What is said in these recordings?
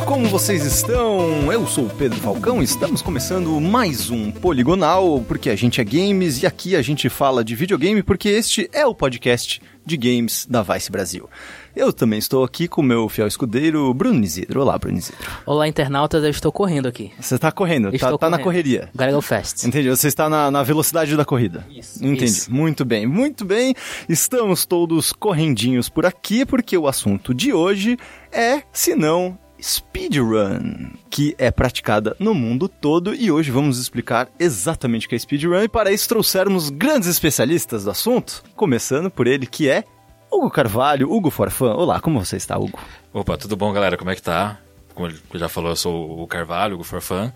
como vocês estão? Eu sou o Pedro Falcão e estamos começando mais um Poligonal, porque a gente é games e aqui a gente fala de videogame porque este é o podcast de games da Vice Brasil. Eu também estou aqui com o meu fiel escudeiro, Bruno Isidro. Olá, Bruno Isidro. Olá, internautas, eu estou correndo aqui. Você está correndo, tá na correria. Gotta go fast. Entendi, você está na velocidade da corrida. Isso. Entendi, Isso. Muito bem. Estamos todos correndinhos por aqui, porque o assunto de hoje é, se não, speedrun, que é praticada no mundo todo, e hoje vamos explicar exatamente o que é speedrun, e para isso trouxermos grandes especialistas do assunto, começando por ele, que é Hugo Carvalho, Hugo Forfã. Olá, como você está, Hugo? Opa, tudo bom, galera? Como é que tá? Como ele já falou, eu sou o Carvalho, Hugo Forfã.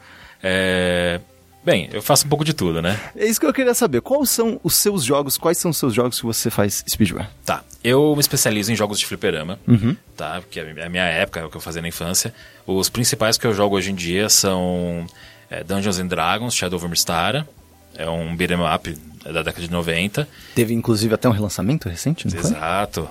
Bem, eu faço um pouco de tudo, né? É isso que eu queria saber. Quais são os seus jogos que você faz speedrun? Tá, eu me especializo em jogos de fliperama, tá? Porque é a minha época, é o que eu fazia na infância. Os principais que eu jogo hoje em dia são Dungeons and Dragons, Shadow of Mystara. É um beat'em up da década de 90. Teve, inclusive, até um relançamento recente, não foi? Exato.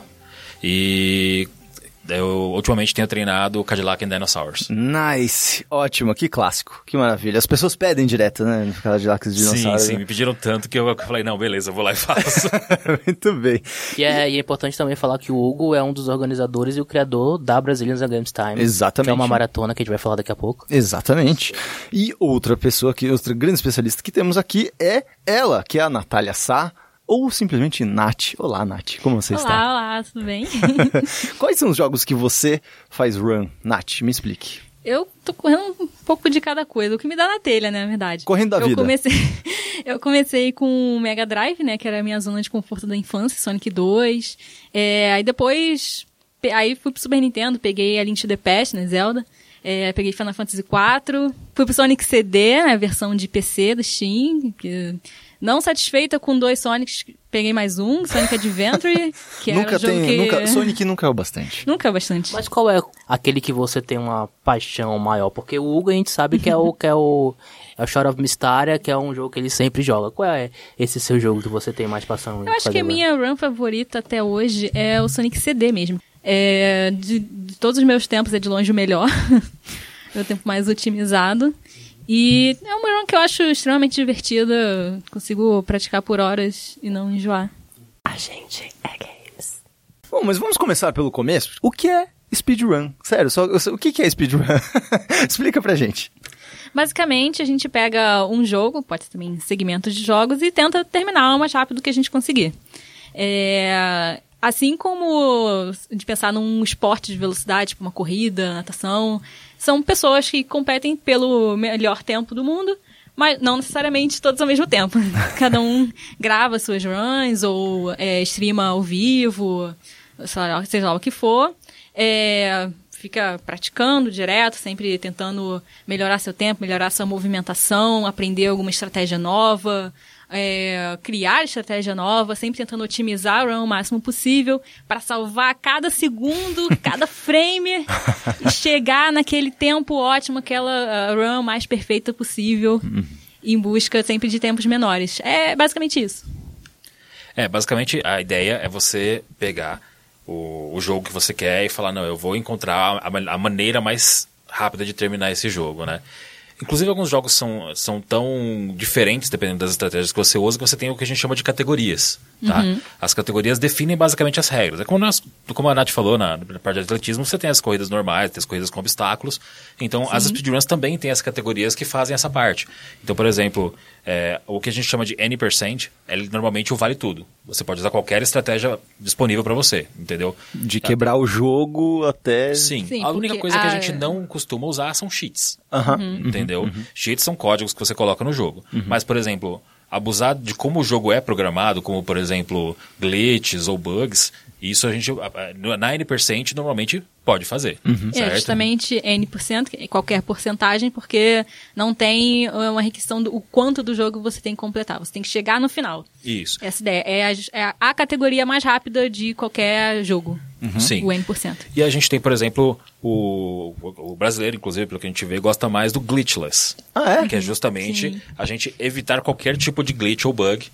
E eu ultimamente tenho treinado Cadillac and Dinosaurs. Nice! Ótimo, que clássico, que maravilha. As pessoas pedem direto, né, no Cadillac e Dinosaurs. Sim, me pediram tanto que eu falei, não, beleza, eu vou lá e faço. Muito bem. E é importante também falar que o Hugo é um dos organizadores e o criador da Brazilians Games Time. Exatamente. Que é uma maratona que a gente vai falar daqui a pouco. Exatamente. E outra grande especialista que temos aqui é ela, que é a Natália Sá, ou simplesmente Nath. Olá, Nath, como você está? Olá, tudo bem? Quais são os jogos que você faz run? Nath, me explique. Eu tô correndo um pouco de cada coisa, o que me dá na telha, né, na verdade. Correndo da vida. Eu comecei com o Mega Drive, né, que era a minha zona de conforto da infância, Sonic 2. Aí depois, fui pro Super Nintendo, peguei a Link to the Past, né, Zelda. Peguei Final Fantasy 4. Fui pro Sonic CD, né, a versão de PC do Steam, que... Não satisfeita com 2 Sonics, peguei mais um, Sonic Adventure, que era um jogo Sonic nunca é o bastante. Nunca é o bastante. Mas qual é aquele que você tem uma paixão maior? Porque o Hugo a gente sabe que é o Shadow of Mystara, que é um jogo que ele sempre joga. Qual é esse seu jogo que você tem mais paixão? Eu acho que a minha run favorita até hoje é o Sonic CD mesmo. De todos os meus tempos é de longe o melhor. Meu tempo mais otimizado. E é uma run que eu acho extremamente divertida. Consigo praticar por horas e não enjoar. A gente é games. Bom, mas vamos começar pelo começo. O que é speedrun? Sério, o que é speedrun? Explica pra gente. Basicamente, a gente pega um jogo, pode ser também segmentos de jogos, e tenta terminar o mais rápido que a gente conseguir. Assim como de pensar num esporte de velocidade, tipo uma corrida, natação, são pessoas que competem pelo melhor tempo do mundo, mas não necessariamente todos ao mesmo tempo. Cada um grava suas runs ou streama ao vivo, seja lá o que for. Fica praticando direto, sempre tentando melhorar seu tempo, melhorar sua movimentação, aprender alguma estratégia nova, criar estratégia nova, sempre tentando otimizar a run o máximo possível para salvar cada segundo, cada frame e chegar naquele tempo ótimo, aquela run mais perfeita possível, em busca sempre de tempos menores. É basicamente isso. Basicamente a ideia é você pegar o jogo que você quer e falar, não, eu vou encontrar a maneira mais rápida de terminar esse jogo, né? Inclusive, alguns jogos são tão diferentes, dependendo das estratégias que você usa, que você tem o que a gente chama de categorias, tá? As categorias definem basicamente as regras. Como a Nath falou, na parte de atletismo, você tem as corridas normais, tem as corridas com obstáculos. Então, as speedruns também têm as categorias que fazem essa parte. Então, por exemplo, o que a gente chama de N%, normalmente o vale tudo. Você pode usar qualquer estratégia disponível para você, entendeu? De quebrar o jogo até... Sim, a única coisa que a gente não costuma usar são cheats, entendeu? Cheats são códigos que você coloca no jogo. Mas, por exemplo, abusar de como o jogo é programado, como, por exemplo, glitches ou bugs, isso a gente, na N% normalmente pode fazer, certo? Justamente N%, qualquer porcentagem, porque não tem uma requisição do quanto do jogo você tem que completar. Você tem que chegar no final. Isso. Essa ideia é a categoria mais rápida de qualquer jogo. Sim. O N%. E a gente tem, por exemplo, o brasileiro, inclusive, pelo que a gente vê, gosta mais do glitchless. Ah, é? Que é justamente a gente evitar qualquer tipo de glitch ou bug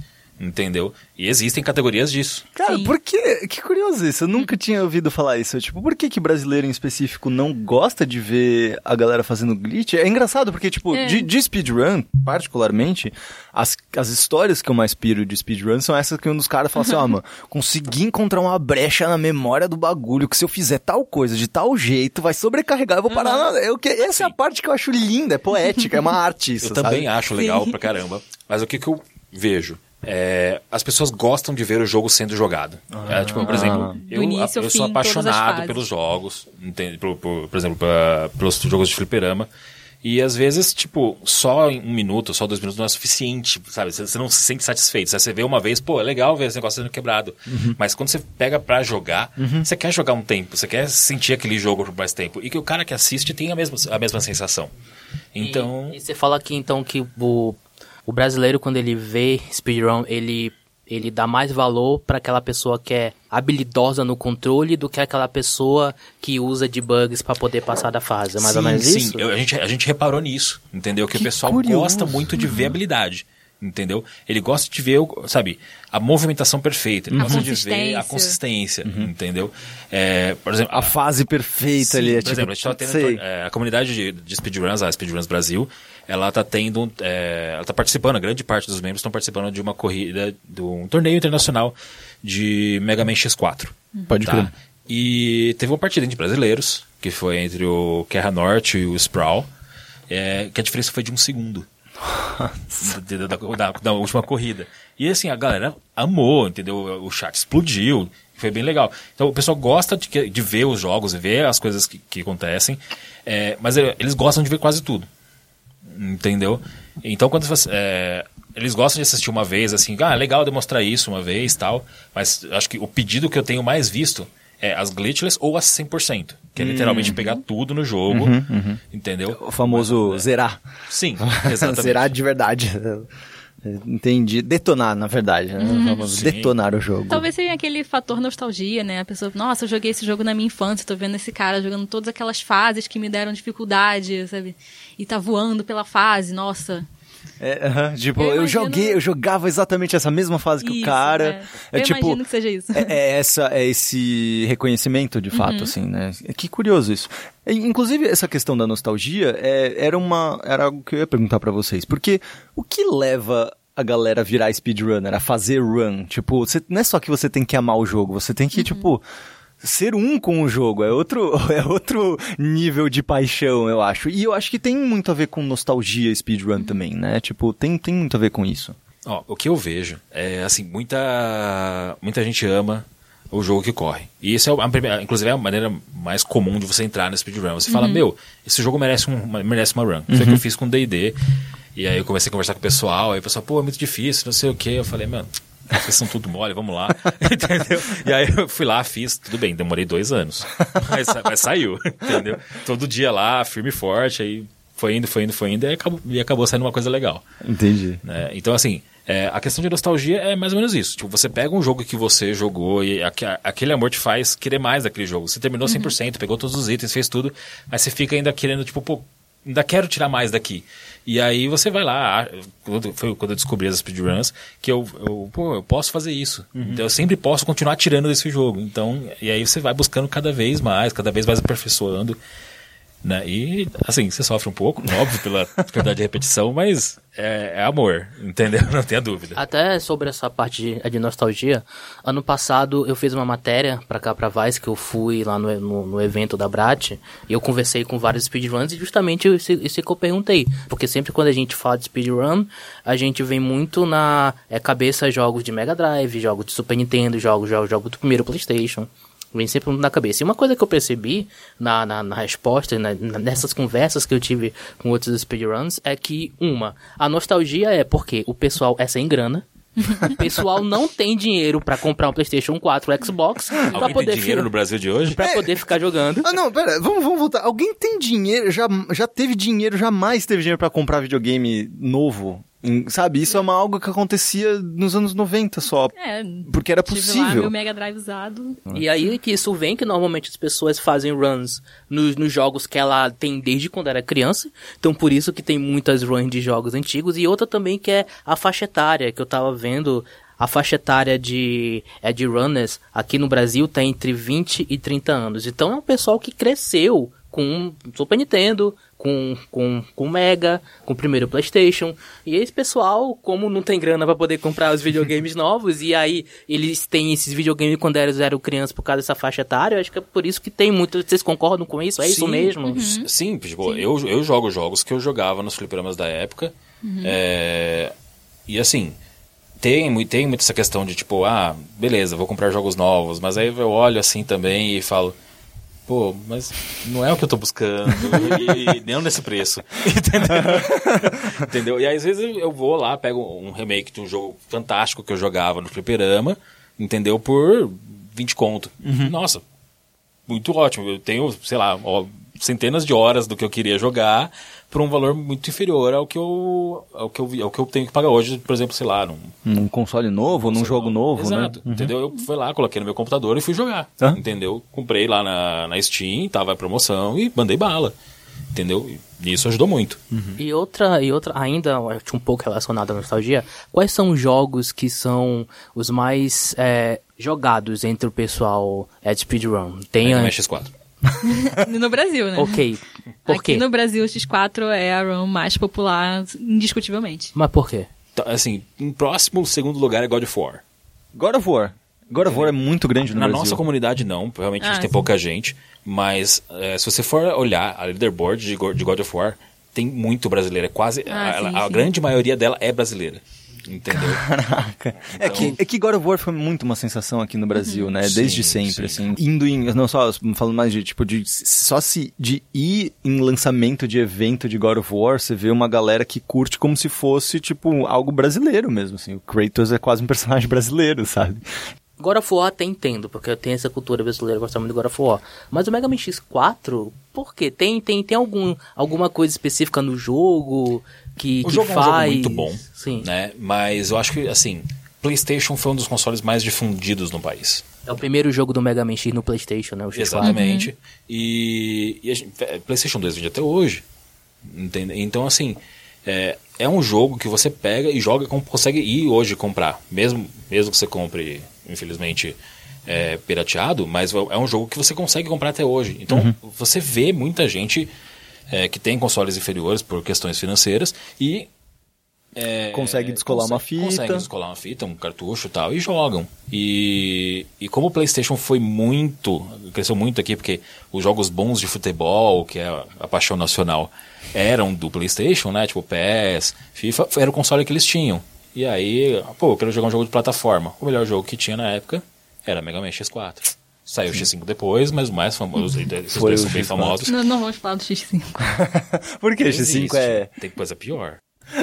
entendeu? E existem categorias disso. Cara, Sim. por que? Que curioso isso. Eu nunca tinha ouvido falar isso. Tipo, por que brasileiro em específico não gosta de ver a galera fazendo glitch? É engraçado, porque, tipo, de speedrun, particularmente, as histórias que eu mais piro de speedrun são essas que um dos caras fala assim, mano, consegui encontrar uma brecha na memória do bagulho, que se eu fizer tal coisa de tal jeito, vai sobrecarregar, eu vou parar essa é a parte que eu acho linda, é poética, é uma arte isso, Eu também sabe? acho legal pra caramba. Mas o que eu vejo? As pessoas gostam de ver o jogo sendo jogado. Tipo, por exemplo, Do início ao eu fim, sou todas as apaixonado fases. pelos jogos, entende? Por exemplo, pelos jogos de fliperama. E às vezes, tipo, só em 1 minuto, só 2 minutos não é suficiente, sabe? Você não se sente satisfeito. Você vê uma vez, pô, é legal ver esse negócio sendo quebrado. Mas quando você pega pra jogar, você quer jogar um tempo, você quer sentir aquele jogo por mais tempo. E que o cara que assiste tem a mesma sensação. Então... E você fala aqui, então, que o brasileiro, quando ele vê speedrun, ele dá mais valor para aquela pessoa que é habilidosa no controle do que aquela pessoa que usa debugs para poder passar da fase. É mais ou menos sim. isso? A gente reparou nisso, entendeu? Que o pessoal curioso. gosta muito de ver habilidade, entendeu? Ele gosta de ver, sabe, a movimentação perfeita. Ele gosta de ver a consistência, entendeu? Por exemplo, A fase perfeita ali. por exemplo, a gente tá tendo a comunidade de speedruns, a Speedruns Brasil, ela tá tendo, ela tá participando, a grande parte dos membros estão participando de uma corrida, de um torneio internacional de Mega Man X4. Pode crer. E teve uma partida entre brasileiros, que foi entre o Kerra Norte e o Sprawl, que a diferença foi de 1 segundo. Da última corrida. E assim, a galera amou, entendeu? O chat explodiu, foi bem legal. Então o pessoal gosta de ver os jogos, ver as coisas que acontecem, mas eles gostam de ver quase tudo, entendeu? Então quando eles gostam de assistir uma vez, assim, legal demonstrar isso uma vez, tal, mas acho que o pedido que eu tenho mais visto é as glitchless ou as 100%, que é literalmente pegar tudo no jogo, entendeu? O famoso zerar. Sim, exatamente. Zerar de verdade. Entendi. Detonar, na verdade. Né? Vamos sim. detonar o jogo. Talvez seja aquele fator nostalgia, né? A pessoa, nossa, eu joguei esse jogo na minha infância, tô vendo esse cara jogando todas aquelas fases que me deram dificuldade, sabe? E tá voando pela fase, nossa. Tipo, Eu eu jogava exatamente essa mesma fase que o Isso, cara. Eu tipo, imagino que seja isso. É esse reconhecimento, de fato, assim, né? Que curioso isso. Inclusive, essa questão da nostalgia era algo que eu ia perguntar pra vocês. Porque o que leva a galera a virar speedrunner, a fazer run? Tipo, não é só que você tem que amar o jogo, você tem que, tipo... ser um com o jogo, é outro nível de paixão, eu acho. E eu acho que tem muito a ver com nostalgia speedrun também, né? Tipo, tem muito a ver com isso. O que eu vejo é, assim, muita gente ama o jogo que corre. E isso inclusive é a maneira mais comum de você entrar no speedrun. Você fala, esse jogo merece uma run. Foi o que eu fiz com o D&D. E aí eu comecei a conversar com o pessoal, aí o pessoal, é muito difícil, não sei o quê. Eu falei, mano... Vocês são tudo mole, vamos lá. Entendeu? E aí eu fui lá, fiz, tudo bem, demorei 2 anos. Mas saiu, entendeu? Todo dia lá, firme e forte, aí foi indo, e acabou saindo uma coisa legal. Entendi. Né? Então, assim, a questão de nostalgia é mais ou menos isso. Tipo, você pega um jogo que você jogou e aquele amor te faz querer mais daquele jogo. Você terminou 100%, pegou todos os itens, fez tudo, mas você fica ainda querendo, tipo, ainda quero tirar mais daqui. E aí você vai lá, foi quando eu descobri as speedruns, que eu posso fazer isso. Então eu sempre posso continuar tirando desse jogo. Então, e aí você vai buscando cada vez mais aperfeiçoando. Né? E, assim, você sofre um pouco, óbvio, pela quantidade de repetição, mas é amor, entendeu? Não tenha dúvida. Até sobre essa parte de nostalgia, ano passado eu fiz uma matéria pra Vice, que eu fui lá no evento da Brat, e eu conversei com vários speedruns, e justamente isso que eu perguntei, porque sempre quando a gente fala de speedrun, a gente vem muito na cabeça jogos de Mega Drive, jogos de Super Nintendo, jogos do primeiro PlayStation. Vem sempre na cabeça. E uma coisa que eu percebi na resposta, nessas conversas que eu tive com outros speedruns, é que, a nostalgia é porque o pessoal é sem grana, o pessoal não tem dinheiro pra comprar um PlayStation 4 ou Xbox. Alguém poder tem dinheiro no Brasil de hoje? Pra poder ficar jogando. Não, pera, vamos voltar. Alguém tem dinheiro, já teve dinheiro, jamais teve dinheiro pra comprar videogame novo? Sabe, isso é algo que acontecia nos anos 90 só, porque era Tive lá possível. meu Mega Drive usado. E aí que isso vem que normalmente as pessoas fazem runs nos jogos que ela tem desde quando era criança. Então por isso que tem muitas runs de jogos antigos. E outra também que é a faixa etária, que eu tava vendo a faixa etária de runners aqui no Brasil tá entre 20 e 30 anos. Então é um pessoal que cresceu com Super Nintendo, com Mega, com o primeiro PlayStation. E esse pessoal, como não tem grana pra poder comprar os videogames novos, e aí eles têm esses videogames quando eles eram crianças por causa dessa faixa etária, eu acho que é por isso que tem muito. Vocês concordam com isso? É isso mesmo? Sim, tipo, eu jogo jogos que eu jogava nos fliperamas da época. E assim, tem muito essa questão de tipo, beleza, vou comprar jogos novos, mas aí eu olho assim também e falo, pô, mas não é o que eu tô buscando, e nem nesse preço, entendeu? E aí, às vezes eu vou lá, pego um remake de um jogo fantástico que eu jogava no fliperama, entendeu? Por 20 conto. Nossa, muito ótimo, eu tenho, sei lá, centenas de horas do que eu queria jogar por um valor muito inferior ao que eu tenho que pagar hoje, por exemplo, sei lá, num console novo, num jogo novo, exato, né? Entendeu? Eu fui lá, coloquei no meu computador e fui jogar, entendeu? Comprei lá na Steam, tava em promoção e mandei bala, entendeu? E isso ajudou muito. E outra ainda, um pouco relacionada à nostalgia, quais são os jogos que são os mais jogados entre o pessoal de speedrun? Tem Mega Man X4. No Brasil, né? Ok. Por quê? Aqui no Brasil, o X4 é a run mais popular, indiscutivelmente. Mas por quê? Então, assim, em próximo segundo lugar é God of War. God of War é muito grande no Brasil. Na nossa comunidade não, realmente a gente tem pouca gente, mas se você for olhar a leaderboard de God of War, tem muito brasileiro, é quase, a grande maioria dela é brasileira. Entendeu? Caraca. Então... É que God of War foi muito uma sensação aqui no Brasil, né? Desde sempre, assim. Indo em... Não só falando mais de, tipo, de ir em lançamento de evento de God of War, você vê uma galera que curte como se fosse, tipo, algo brasileiro mesmo, assim. O Kratos é quase um personagem brasileiro, sabe? God of War até entendo, porque eu tenho essa cultura brasileira, gosto muito de God of War. Mas o Mega Man X4, por quê? Tem alguma coisa específica no jogo que jogo faz... é um jogo muito bom, sim, né? Mas eu acho que, assim, PlayStation foi um dos consoles mais difundidos no país. É o primeiro jogo do Mega Man X no PlayStation, né? O X4. Exatamente. E PlayStation 2 vende até hoje. Entende? Então, assim, é um jogo que você pega e joga, consegue ir hoje comprar. Mesmo que você compre, infelizmente, pirateado, mas é um jogo que você consegue comprar até hoje. Então, você vê muita gente que tem consoles inferiores por questões financeiras e... consegue descolar uma fita. Consegue descolar uma fita, um cartucho e tal, e jogam. E como o PlayStation cresceu muito aqui, porque os jogos bons de futebol, que é a paixão nacional, eram do PlayStation, né? Tipo PES, FIFA, era o console que eles tinham. E aí, eu quero jogar um jogo de plataforma. O melhor jogo que tinha na época era Mega Man X4. Saiu o X5 depois, mas o mais famoso, esses dois são bem famosos. Não vamos falar do X5. Por que X5 Tem coisa pior.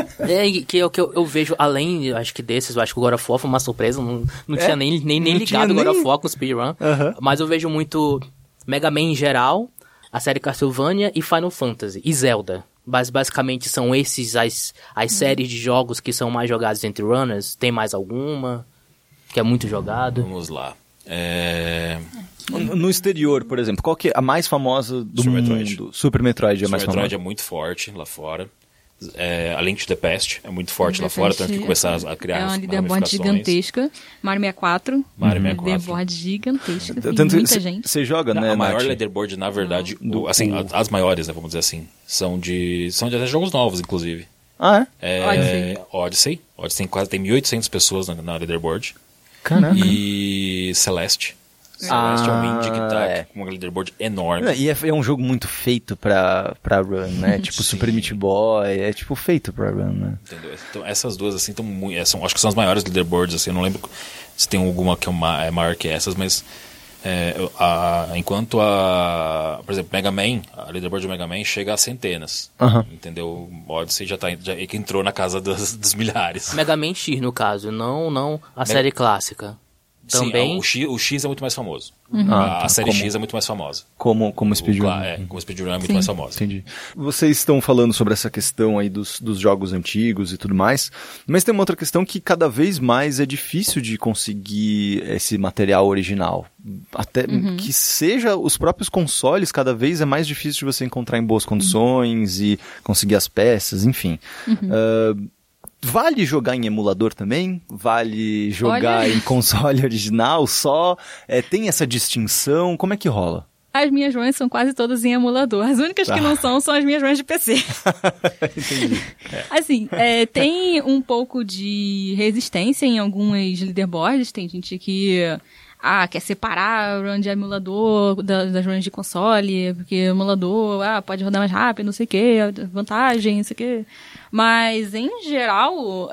Que eu vejo, além, acho que desses, eu acho que o God of War foi uma surpresa, não tinha nem ligado o God of War com o speedrun, mas eu vejo muito Mega Man em geral, a série Castlevania e Final Fantasy, e Zelda. Basicamente são esses as séries de jogos que são mais jogados entre runners. Tem mais alguma que é muito jogado? Vamos lá. No exterior, por exemplo, qual que é a mais famosa do Super mundo? Metroid. Super Metroid é mais Super Metroid famosa. é muito forte lá fora. A Link to the Past é muito forte lá fora, tanto que começaram a criar uma leaderboard gigantesca. Mario 64. Mario 64. Leaderboard gigantesca. Tem Tanto muita gente. Você joga, né, A maior Nath? leaderboard, na verdade, as maiores, né, vamos dizer assim, são de até jogos novos, inclusive. Ah, é? Odyssey tem 1.800 pessoas na leaderboard. Caraca. E Celeste é um indie que tá com uma leaderboard enorme. E é um jogo muito feito pra run, né? Tipo Super Meat Boy, é tipo feito pra run, né? Entendeu? Então essas duas, assim, estão muito... acho que são as maiores leaderboards, assim, eu não lembro se tem alguma que é maior que essas, mas... enquanto por exemplo, Mega Man, a leaderboard do Mega Man chega a centenas, entendeu? O Odyssey já entrou na casa dos milhares. Mega Man X, no caso, não a série clássica. Também... Sim, o X é muito mais famoso. A série X é muito mais famosa. Como speedrun. Como speedrun é muito mais famosa. Entendi. Vocês estão falando sobre essa questão aí dos jogos antigos e tudo mais, mas tem uma outra questão que cada vez mais é difícil de conseguir esse material original. Até que seja os próprios consoles, cada vez é mais difícil de você encontrar em boas condições e conseguir as peças, enfim. Vale jogar em emulador também? Vale jogar em console original só? Tem essa distinção? Como é que rola? As minhas runs são quase todas em emulador. As únicas que não são as minhas runs de PC. Entendi. Assim, tem um pouco de resistência em algumas leaderboards. Tem gente que quer separar a run de emulador das runs de console, porque emulador pode rodar mais rápido, não sei o que, vantagem, não sei o que. Mas, em geral,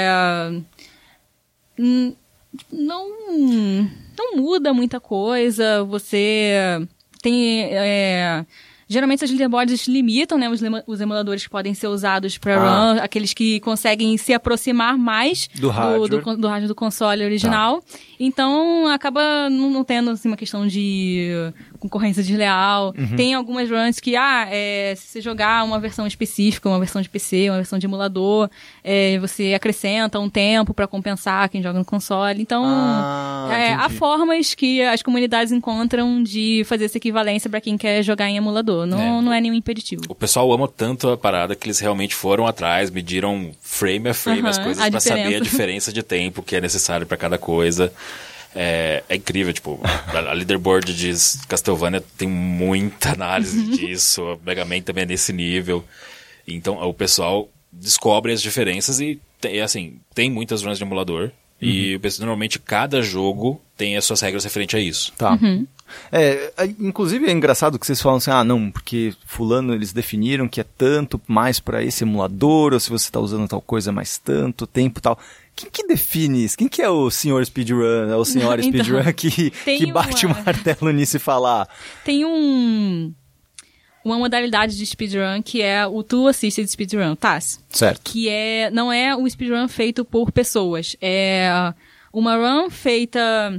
não muda muita coisa. Você tem... geralmente as leaderboards limitam, né, os emuladores que podem ser usados para run, aqueles que conseguem se aproximar mais do hardware do console original. Então, acaba não tendo assim, uma questão de concorrência desleal. Tem algumas runs que, se você jogar uma versão específica, uma versão de PC, uma versão de emulador, você acrescenta um tempo para compensar quem joga no console. Então, há formas que as comunidades encontram de fazer essa equivalência para quem quer jogar em emulador. Não é nenhum impeditivo. O pessoal ama tanto a parada que eles realmente foram atrás, mediram frame a frame as coisas para saber a diferença de tempo que é necessário para cada coisa. É incrível, tipo, a leaderboard de Castlevania tem muita análise disso, a Mega Man também é nesse nível. Então o pessoal descobre as diferenças e tem muitas runs de emulador. E normalmente cada jogo tem as suas regras referentes a isso. Tá. Inclusive é engraçado que vocês falam assim, não, porque fulano eles definiram que é tanto mais para esse emulador, ou se você tá usando tal coisa mais tanto tempo e tal. Quem que define isso? Quem que é o senhor speedrun, ou senhora speedrun que bate o martelo nisso e fala... Tem uma modalidade de speedrun que é o Tool Assisted Speedrun, TAS. Certo. Que não é um speedrun feito por pessoas. É uma run feita...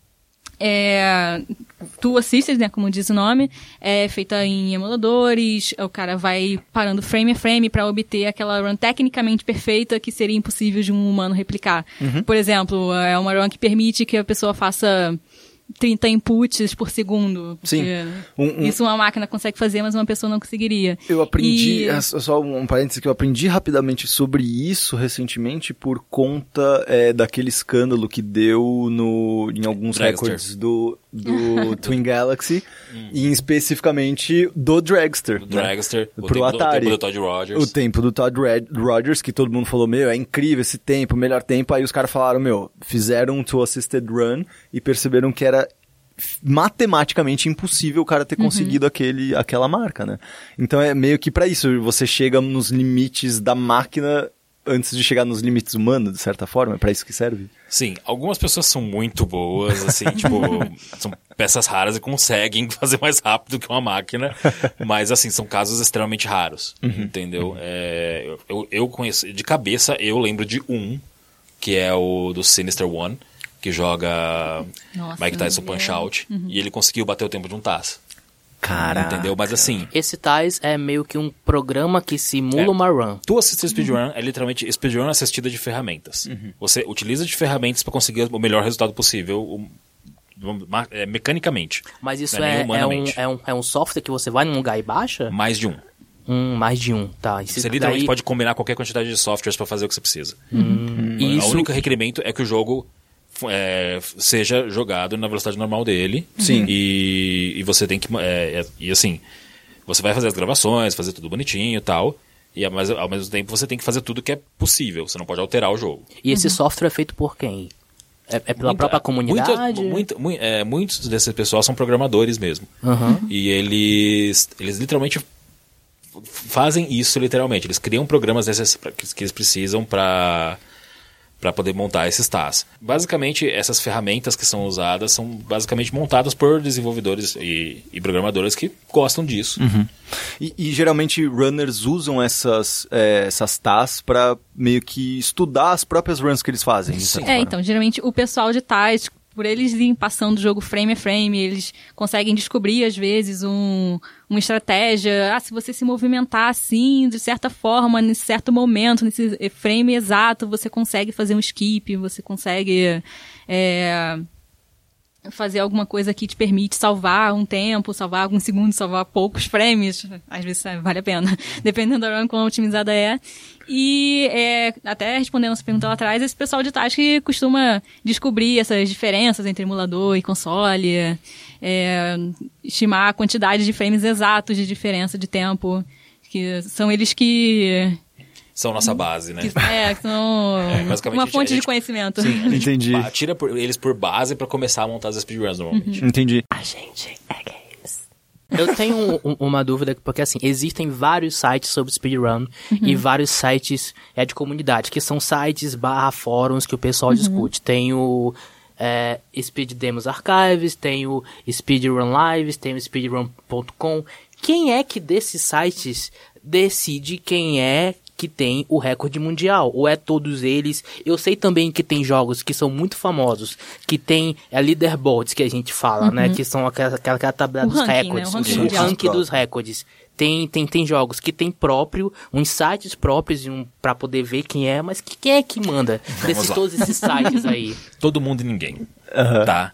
Tool Assisted, né, como diz o nome, é feita em emuladores, o cara vai parando frame a frame para obter aquela run tecnicamente perfeita que seria impossível de um humano replicar. Por exemplo, é uma run que permite que a pessoa faça 30 inputs por segundo. Sim. Isso uma máquina consegue fazer, mas uma pessoa não conseguiria. Eu aprendi, só um parênteses que eu aprendi rapidamente sobre isso recentemente por conta daquele escândalo que deu em alguns recordes do Twin Galaxy, e especificamente do Dragster. Pro Atari. O tempo do Todd Rogers. O tempo do Todd Rogers, que todo mundo falou, é incrível esse tempo, melhor tempo. Aí os caras falaram, fizeram um Tool Assisted Run e perceberam que era matematicamente impossível o cara ter conseguido aquela marca, né? Então é meio que pra isso, você chega nos limites da máquina antes de chegar nos limites humanos, de certa forma, é pra isso que serve? Sim, algumas pessoas são muito boas, assim, são peças raras e conseguem fazer mais rápido que uma máquina, mas, assim, são casos extremamente raros, entendeu? Eu conheço, de cabeça, eu lembro de que é o do Sinister One, que joga Mike Tyson Punch-Out, e ele conseguiu bater o tempo de um TAS. Caraca. Entendeu? Mas assim... Esse TAS é meio que um programa que simula uma run. Tu assistir speedrun é literalmente speedrun assistida de ferramentas. Você utiliza de ferramentas para conseguir o melhor resultado possível, mecanicamente. Mas isso é um software que você vai num lugar e baixa? Mais de um. Mais de um, tá. Você literalmente pode combinar qualquer quantidade de softwares para fazer o que você precisa. O único requerimento é que o jogo... seja jogado na velocidade normal dele. Sim. E você tem que... e assim, você vai fazer as gravações, fazer tudo bonitinho e tal. Mas ao mesmo tempo você tem que fazer tudo que é possível. Você não pode alterar o jogo. E esse software é feito por quem? É pela própria comunidade? Muitos desses pessoal são programadores mesmo. E eles literalmente fazem isso literalmente. Eles criam programas que eles precisam para poder montar esses TAS. Basicamente, essas ferramentas que são usadas são basicamente montadas por desenvolvedores e programadores que gostam disso. E geralmente runners usam essas TAS para meio que estudar as próprias runs que eles fazem. Então, geralmente o pessoal de TAS, por eles irem passando o jogo frame a frame, eles conseguem descobrir, às vezes, uma estratégia. Se você se movimentar assim, de certa forma, nesse certo momento, nesse frame exato, você consegue fazer um skip, você consegue fazer alguma coisa que te permite salvar um tempo, salvar alguns segundos, salvar poucos frames, às vezes vale a pena, dependendo da RAM, quão otimizada é. E até respondendo essa pergunta lá atrás, esse pessoal de task costuma descobrir essas diferenças entre emulador e console, estimar a quantidade de frames exatos de diferença de tempo, que são eles que... São nossa base, né? São uma fonte de conhecimento. Sim, a gente Entendi. tira eles por base pra começar a montar as speedruns normalmente. Entendi. A gente é games. Eu tenho uma dúvida, porque assim, existem vários sites sobre speedrun e vários sites de comunidade, que são sites / fóruns que o pessoal discute. Tem o Speed Demos Archives, tem o Speedrun Lives, tem o speedrun.com. Quem é que desses sites decide quem é que tem o recorde mundial? Ou é todos eles? Eu sei também que tem jogos que são muito famosos, que tem leaderboards, que a gente fala, né? Que são aquela tabela dos recordes. Né? O ranking dos recordes. Tem jogos que tem uns sites próprios pra poder ver quem é, mas quem é que manda todos esses sites aí? Todo mundo e ninguém. Tá?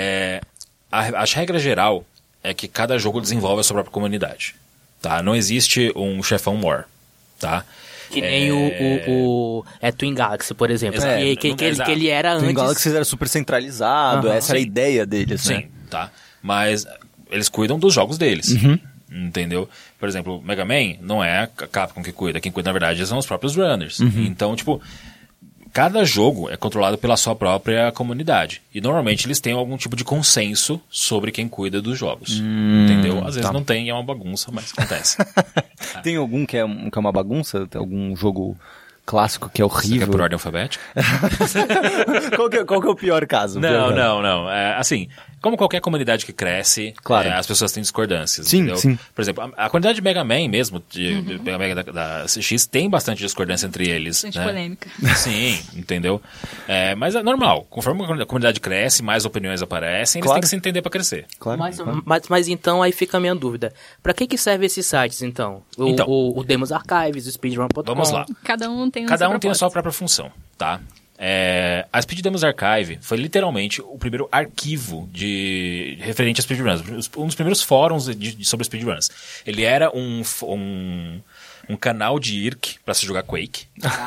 A regra geral é que cada jogo desenvolve a sua própria comunidade. Tá? Não existe um chefão maior. Tá? Que nem o Twin Galaxy, por exemplo. Que ele era antes. Twin Galaxy era super centralizado, essa era a ideia deles, né? Sim, tá. Mas eles cuidam dos jogos deles. Entendeu? Por exemplo, Mega Man não é a Capcom que cuida. Quem cuida, na verdade, são os próprios runners. Então, tipo, cada jogo é controlado pela sua própria comunidade. E normalmente eles têm algum tipo de consenso sobre quem cuida dos jogos. Entendeu? Às vezes não tem, é uma bagunça, mas acontece. Tem algum que é uma bagunça? Tem algum jogo clássico que é horrível? Você quer por ordem alfabética? Qual que é o pior caso? Não. Assim, como qualquer comunidade que cresce, claro. As pessoas têm discordâncias. Sim, entendeu? sim. Por exemplo, a comunidade de Mega Man mesmo, de Mega Man da CX, tem bastante discordância entre eles. Bastante né? polêmica. Sim, entendeu? Mas é normal. Conforme a comunidade cresce, mais opiniões aparecem, eles Claro. têm que se entender pra crescer. Claro. Mas então aí fica a minha dúvida. Pra que servem esses sites, então? O Demos Archives, o Speedrun.com. Vamos lá. Cada um tem a sua própria função, tá? A Speed Demos Archive foi literalmente o primeiro arquivo referente a speedruns, um dos primeiros fóruns sobre speedruns. Ele era um canal de IRC para se jogar Quake.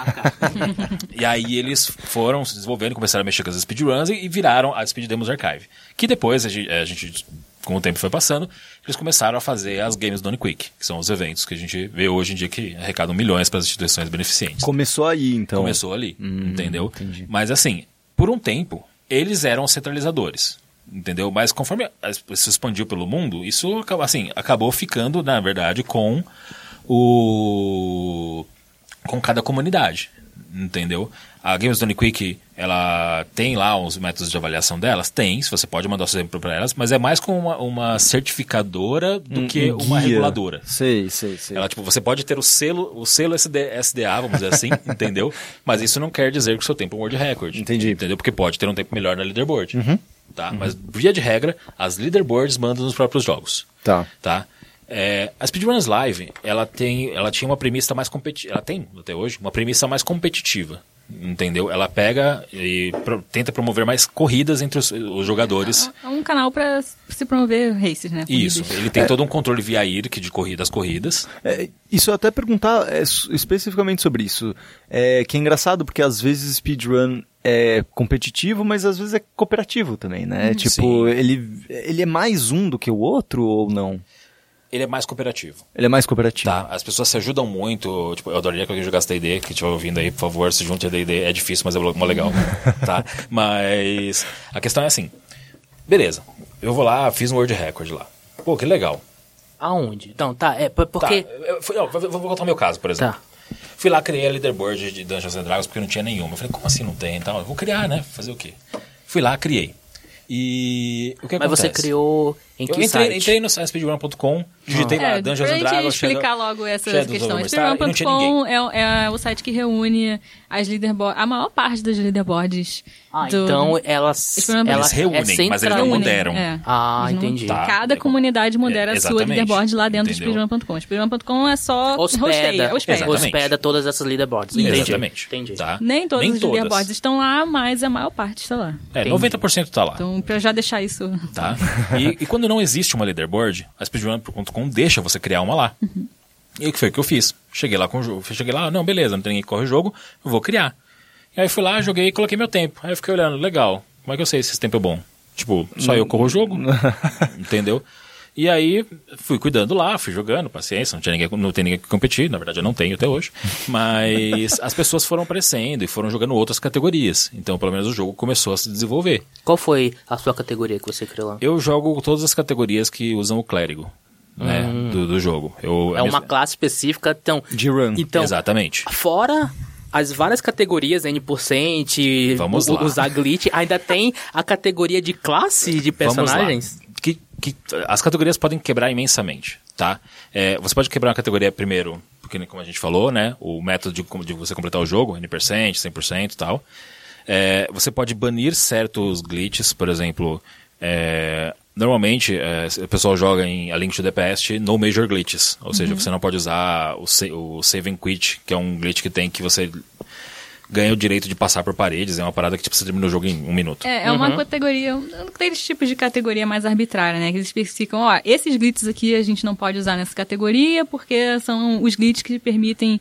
E aí eles foram se desenvolvendo, começaram a mexer com as speedruns e viraram a Speed Demos Archive. Que depois a gente com o tempo foi passando, eles começaram a fazer as Games Done Quick, que são os eventos que a gente vê hoje em dia que arrecadam milhões para as instituições beneficentes. Começou aí, então. Começou ali, entendeu? Entendi. Mas assim, por um tempo, eles eram centralizadores, entendeu? Mas conforme isso expandiu pelo mundo, isso acabou ficando, na verdade, com cada comunidade, entendeu? A Games Done Quick, ela tem lá os métodos de avaliação delas? Tem, se você pode mandar o seu exemplo para elas, mas é mais como uma certificadora do que uma reguladora. Sei. Ela, você pode ter o selo SDA, vamos dizer assim, entendeu? Mas isso não quer dizer que o seu tempo é um world record. Entendi. Entendeu? Porque pode ter um tempo melhor na leaderboard. Tá? Mas, via de regra, as leaderboards mandam nos próprios jogos. Tá. A Speedruns Live, ela tinha uma premissa mais competitiva. Ela tem, até hoje, uma premissa mais competitiva. Entendeu? Ela pega e tenta promover mais corridas entre os jogadores. É um canal pra se promover races, né? Isso. Ele tem todo um controle via IRC de corridas. Isso eu até perguntar especificamente sobre isso. Que é engraçado, porque às vezes speedrun é competitivo, mas às vezes é cooperativo também, né? Tipo, ele é mais um do que o outro ou não? Ele é mais cooperativo. Ele é mais cooperativo. Tá, as pessoas se ajudam muito. Tipo, eu adoraria que alguém jogasse D&D, que estiver ouvindo aí, por favor, se junte a D&D. É difícil, mas é mó legal. Tá? Mas a questão é assim. Beleza, eu vou lá, fiz um world record lá. Pô, que legal. Aonde? Então, porque... Vou contar o meu caso, por exemplo. Tá. Fui lá, criei a leaderboard de Dungeons and Dragons, porque não tinha nenhuma. Eu falei, como assim não tem? Então, eu vou criar, né? Fazer o quê? Fui lá, criei. E o que acontece? Mas você criou Em Eu que site? entrei no speedrun.com, digitei lá Dungeons pra and gente Dragons, explicar logo essa Shadows questão. over Star, e não tinha Speedrun.com é o site que reúne as leaderboards, a maior parte das leaderboards. Então Eles reúnem, mas eles não moderam. Ah, entendi. Tá. Cada comunidade modera a sua exatamente. leaderboard lá dentro Entendeu? do Speedrun.com. Speedrun.com é só Hospeda Exatamente. todas essas leaderboards. Entendi. Exatamente. Entendi. Tá? Nem todas as leaderboards estão lá, mas a maior parte está lá. 90% tá lá. Então, pra já deixar isso... Tá? E quando não existe uma leaderboard, a speedrun.com deixa você criar uma lá. E o que foi que eu fiz? Cheguei lá com o jogo. Cheguei lá, não, beleza, não tem ninguém que corre o jogo, eu vou criar. E aí fui lá, joguei e coloquei meu tempo. Aí eu fiquei olhando, legal, como é que eu sei se esse tempo é bom? Tipo, só eu corro o jogo, entendeu? E aí fui cuidando lá, fui jogando, paciência, não tem ninguém que competir, na verdade eu não tenho até hoje. Mas as pessoas foram aparecendo e foram jogando outras categorias. Então pelo menos o jogo começou a se desenvolver. Qual foi a sua categoria que você criou lá? Eu jogo todas as categorias que usam o clérigo, né, do jogo. É uma classe específica, então... De run. Então, exatamente. fora as várias categorias, N%, Vamos lá. usar glitch, ainda tem a categoria de classe de personagens? Vamos lá. Que as categorias podem quebrar imensamente, tá? Você pode quebrar uma categoria primeiro, porque como a gente falou, né? O método de você completar o jogo, N%, 100% e tal. Você pode banir certos glitches, por exemplo... Normalmente, o pessoal joga em A Link to the Past no Major Glitches. Ou seja, você não pode usar o Save and Quit, que é um glitch que tem que você ganha o direito de passar por paredes. É uma parada que tipo, você termina o jogo em 1 minuto. É uma categoria, um daqueles tipos de categoria mais arbitrária, né? Que eles especificam, esses glitches aqui a gente não pode usar nessa categoria porque são os glitches que permitem...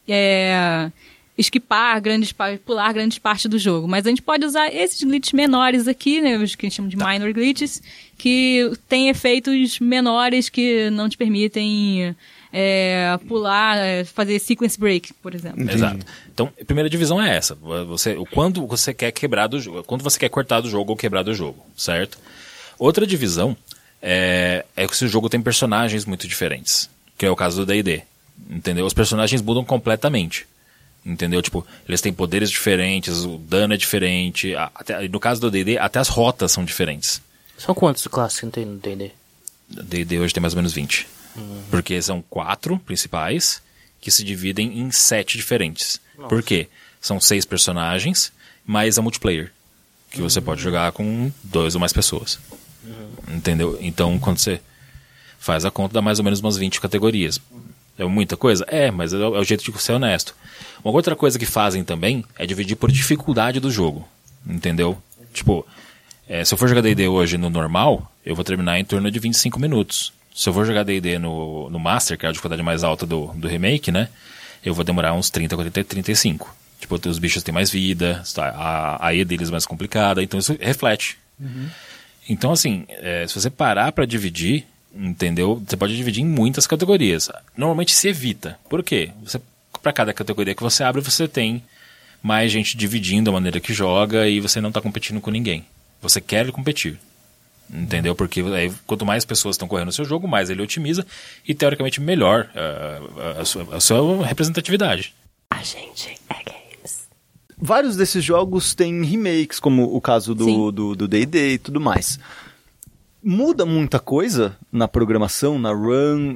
pular grandes partes do jogo. Mas a gente pode usar esses glitches menores aqui, né, os que a gente chama de minor glitches, que tem efeitos menores que não te permitem pular, fazer sequence break, por exemplo. Exato. Então, a primeira divisão é essa. Quando você quer quebrar do jogo, quando você quer cortar do jogo ou quebrar do jogo, certo? Outra divisão é que se o jogo tem personagens muito diferentes, que é o caso do D&D. Entendeu? Os personagens mudam completamente. Entendeu? Tipo, eles têm poderes diferentes, o dano é diferente. No caso do D&D, até as rotas são diferentes. São quantos classes que tem no D&D? D&D hoje tem mais ou menos 20. Porque são 4 principais que se dividem em 7 diferentes. Nossa. Por quê? São 6 personagens, mais a multiplayer. Que você pode jogar com 2 ou mais pessoas. Entendeu? Então, quando você faz a conta, dá mais ou menos umas 20 categorias. É muita coisa? Mas é o jeito de ser honesto. Uma outra coisa que fazem também é dividir por dificuldade do jogo. Entendeu? Tipo, se eu for jogar D&D hoje no normal, eu vou terminar em torno de 25 minutos. Se eu for jogar D&D no Master, que é a dificuldade mais alta do remake, né? Eu vou demorar uns 30, 40, 35. Tipo, os bichos têm mais vida, a E deles é mais complicada, então isso reflete. Então, assim, se você parar pra dividir, entendeu? Você pode dividir em muitas categorias. Normalmente se evita. Por quê? Para cada categoria que você abre, você tem mais gente dividindo a maneira que joga e você não está competindo com ninguém. Você quer competir. Entendeu? Porque aí, quanto mais pessoas estão correndo o seu jogo, mais ele otimiza e, teoricamente, melhor a sua representatividade. A gente é games. Vários desses jogos têm remakes, como o caso do D&D e tudo mais. Muda muita coisa na programação, na run,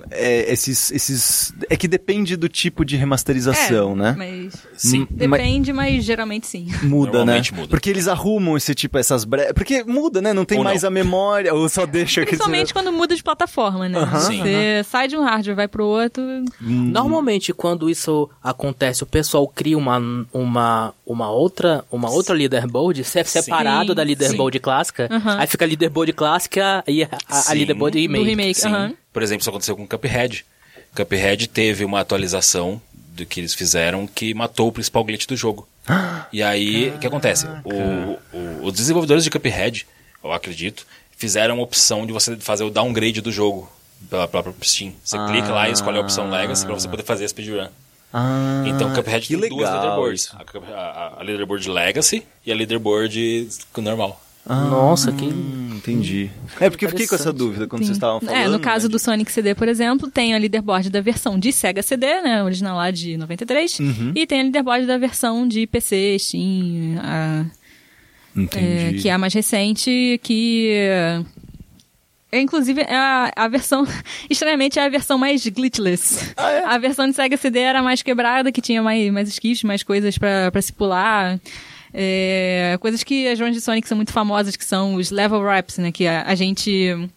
é que depende do tipo de remasterização, né? Mas Sim. Depende, mas geralmente sim. Muda, né? Muda. Porque eles arrumam esse tipo, essas brechas. Porque muda, né? Não tem Ou mais não. a memória, ou só deixa que Principalmente quando muda de plataforma, né? Sim. Você sai de um hardware, vai pro outro. Normalmente, quando isso acontece, o pessoal cria uma outra leaderboard separado da leaderboard clássica. Aí fica a leaderboard clássica e a leaderboard remake. Do remake. Sim. Por exemplo, isso aconteceu com Cuphead. Cuphead teve uma atualização do que eles fizeram que matou o principal glitch do jogo. E aí, o que acontece? Os desenvolvedores de Cuphead, eu acredito, fizeram a opção de você fazer o downgrade do jogo pela própria Steam. Você clica lá e escolhe a opção Legacy para você poder fazer a speedrun. Então, Cuphead tem duas leaderboards. A leaderboard Legacy e a leaderboard normal. Nossa, que... Entendi. Porque eu fiquei com essa dúvida quando vocês estavam falando. No caso do Sonic CD, por exemplo, tem a leaderboard da versão de Sega CD, né, original lá de 93, e tem a leaderboard da versão de PC, Steam, Entendi. que é a mais recente, que Inclusive, a versão... Estranhamente, é a versão mais glitchless. A versão de Sega CD era mais quebrada, que tinha mais skills, mais coisas pra se pular. Coisas que as runs de Sonic são muito famosas, que são os level wraps, né? Que a gente...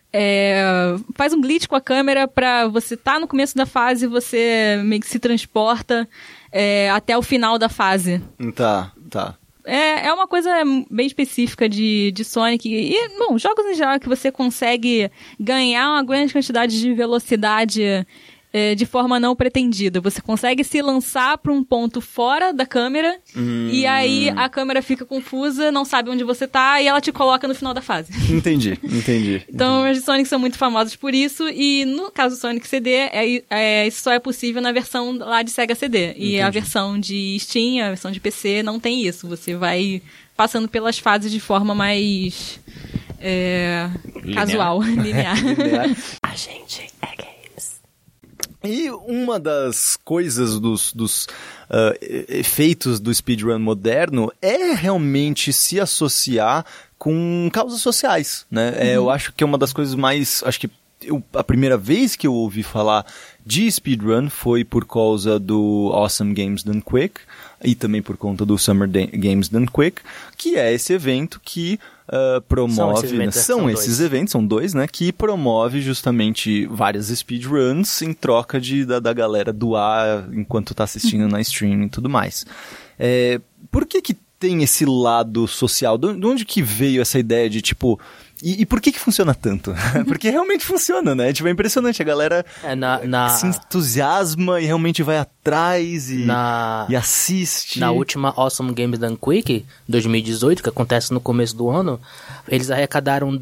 faz um glitch com a câmera pra você tá no começo da fase e você meio que se transporta até o final da fase. Tá. É uma coisa bem específica de Sonic. E, bom, jogos em geral que você consegue ganhar uma grande quantidade de velocidade de forma não pretendida. Você consegue se lançar para um ponto fora da câmera e aí a câmera fica confusa, não sabe onde você tá e ela te coloca no final da fase. Entendi. Então, os Sonic são muito famosos por isso e no caso do Sonic CD, isso só é possível na versão lá de Sega CD. E Entendi. a versão de Steam, a versão de PC, não tem isso. Você vai passando pelas fases de forma mais casual, linear. A gente é games. E uma das coisas dos efeitos do speedrun moderno é realmente se associar com causas sociais, né? Eu acho que é uma das coisas mais... Acho que a primeira vez que eu ouvi falar de speedrun foi por causa do Awesome Games Done Quick e também por conta do Summer Games Done Quick, que é esse evento que promove... São esses eventos, são dois, né? Que promove justamente várias speedruns em troca da galera doar enquanto tá assistindo na stream e tudo mais. Por que tem esse lado social? De onde que veio essa ideia de, tipo... E por que funciona tanto? Porque realmente funciona, né? Tipo, é impressionante. A galera se entusiasma e realmente vai atrás e assiste. Na última Awesome Games Done Quick, 2018, que acontece no começo do ano, eles arrecadaram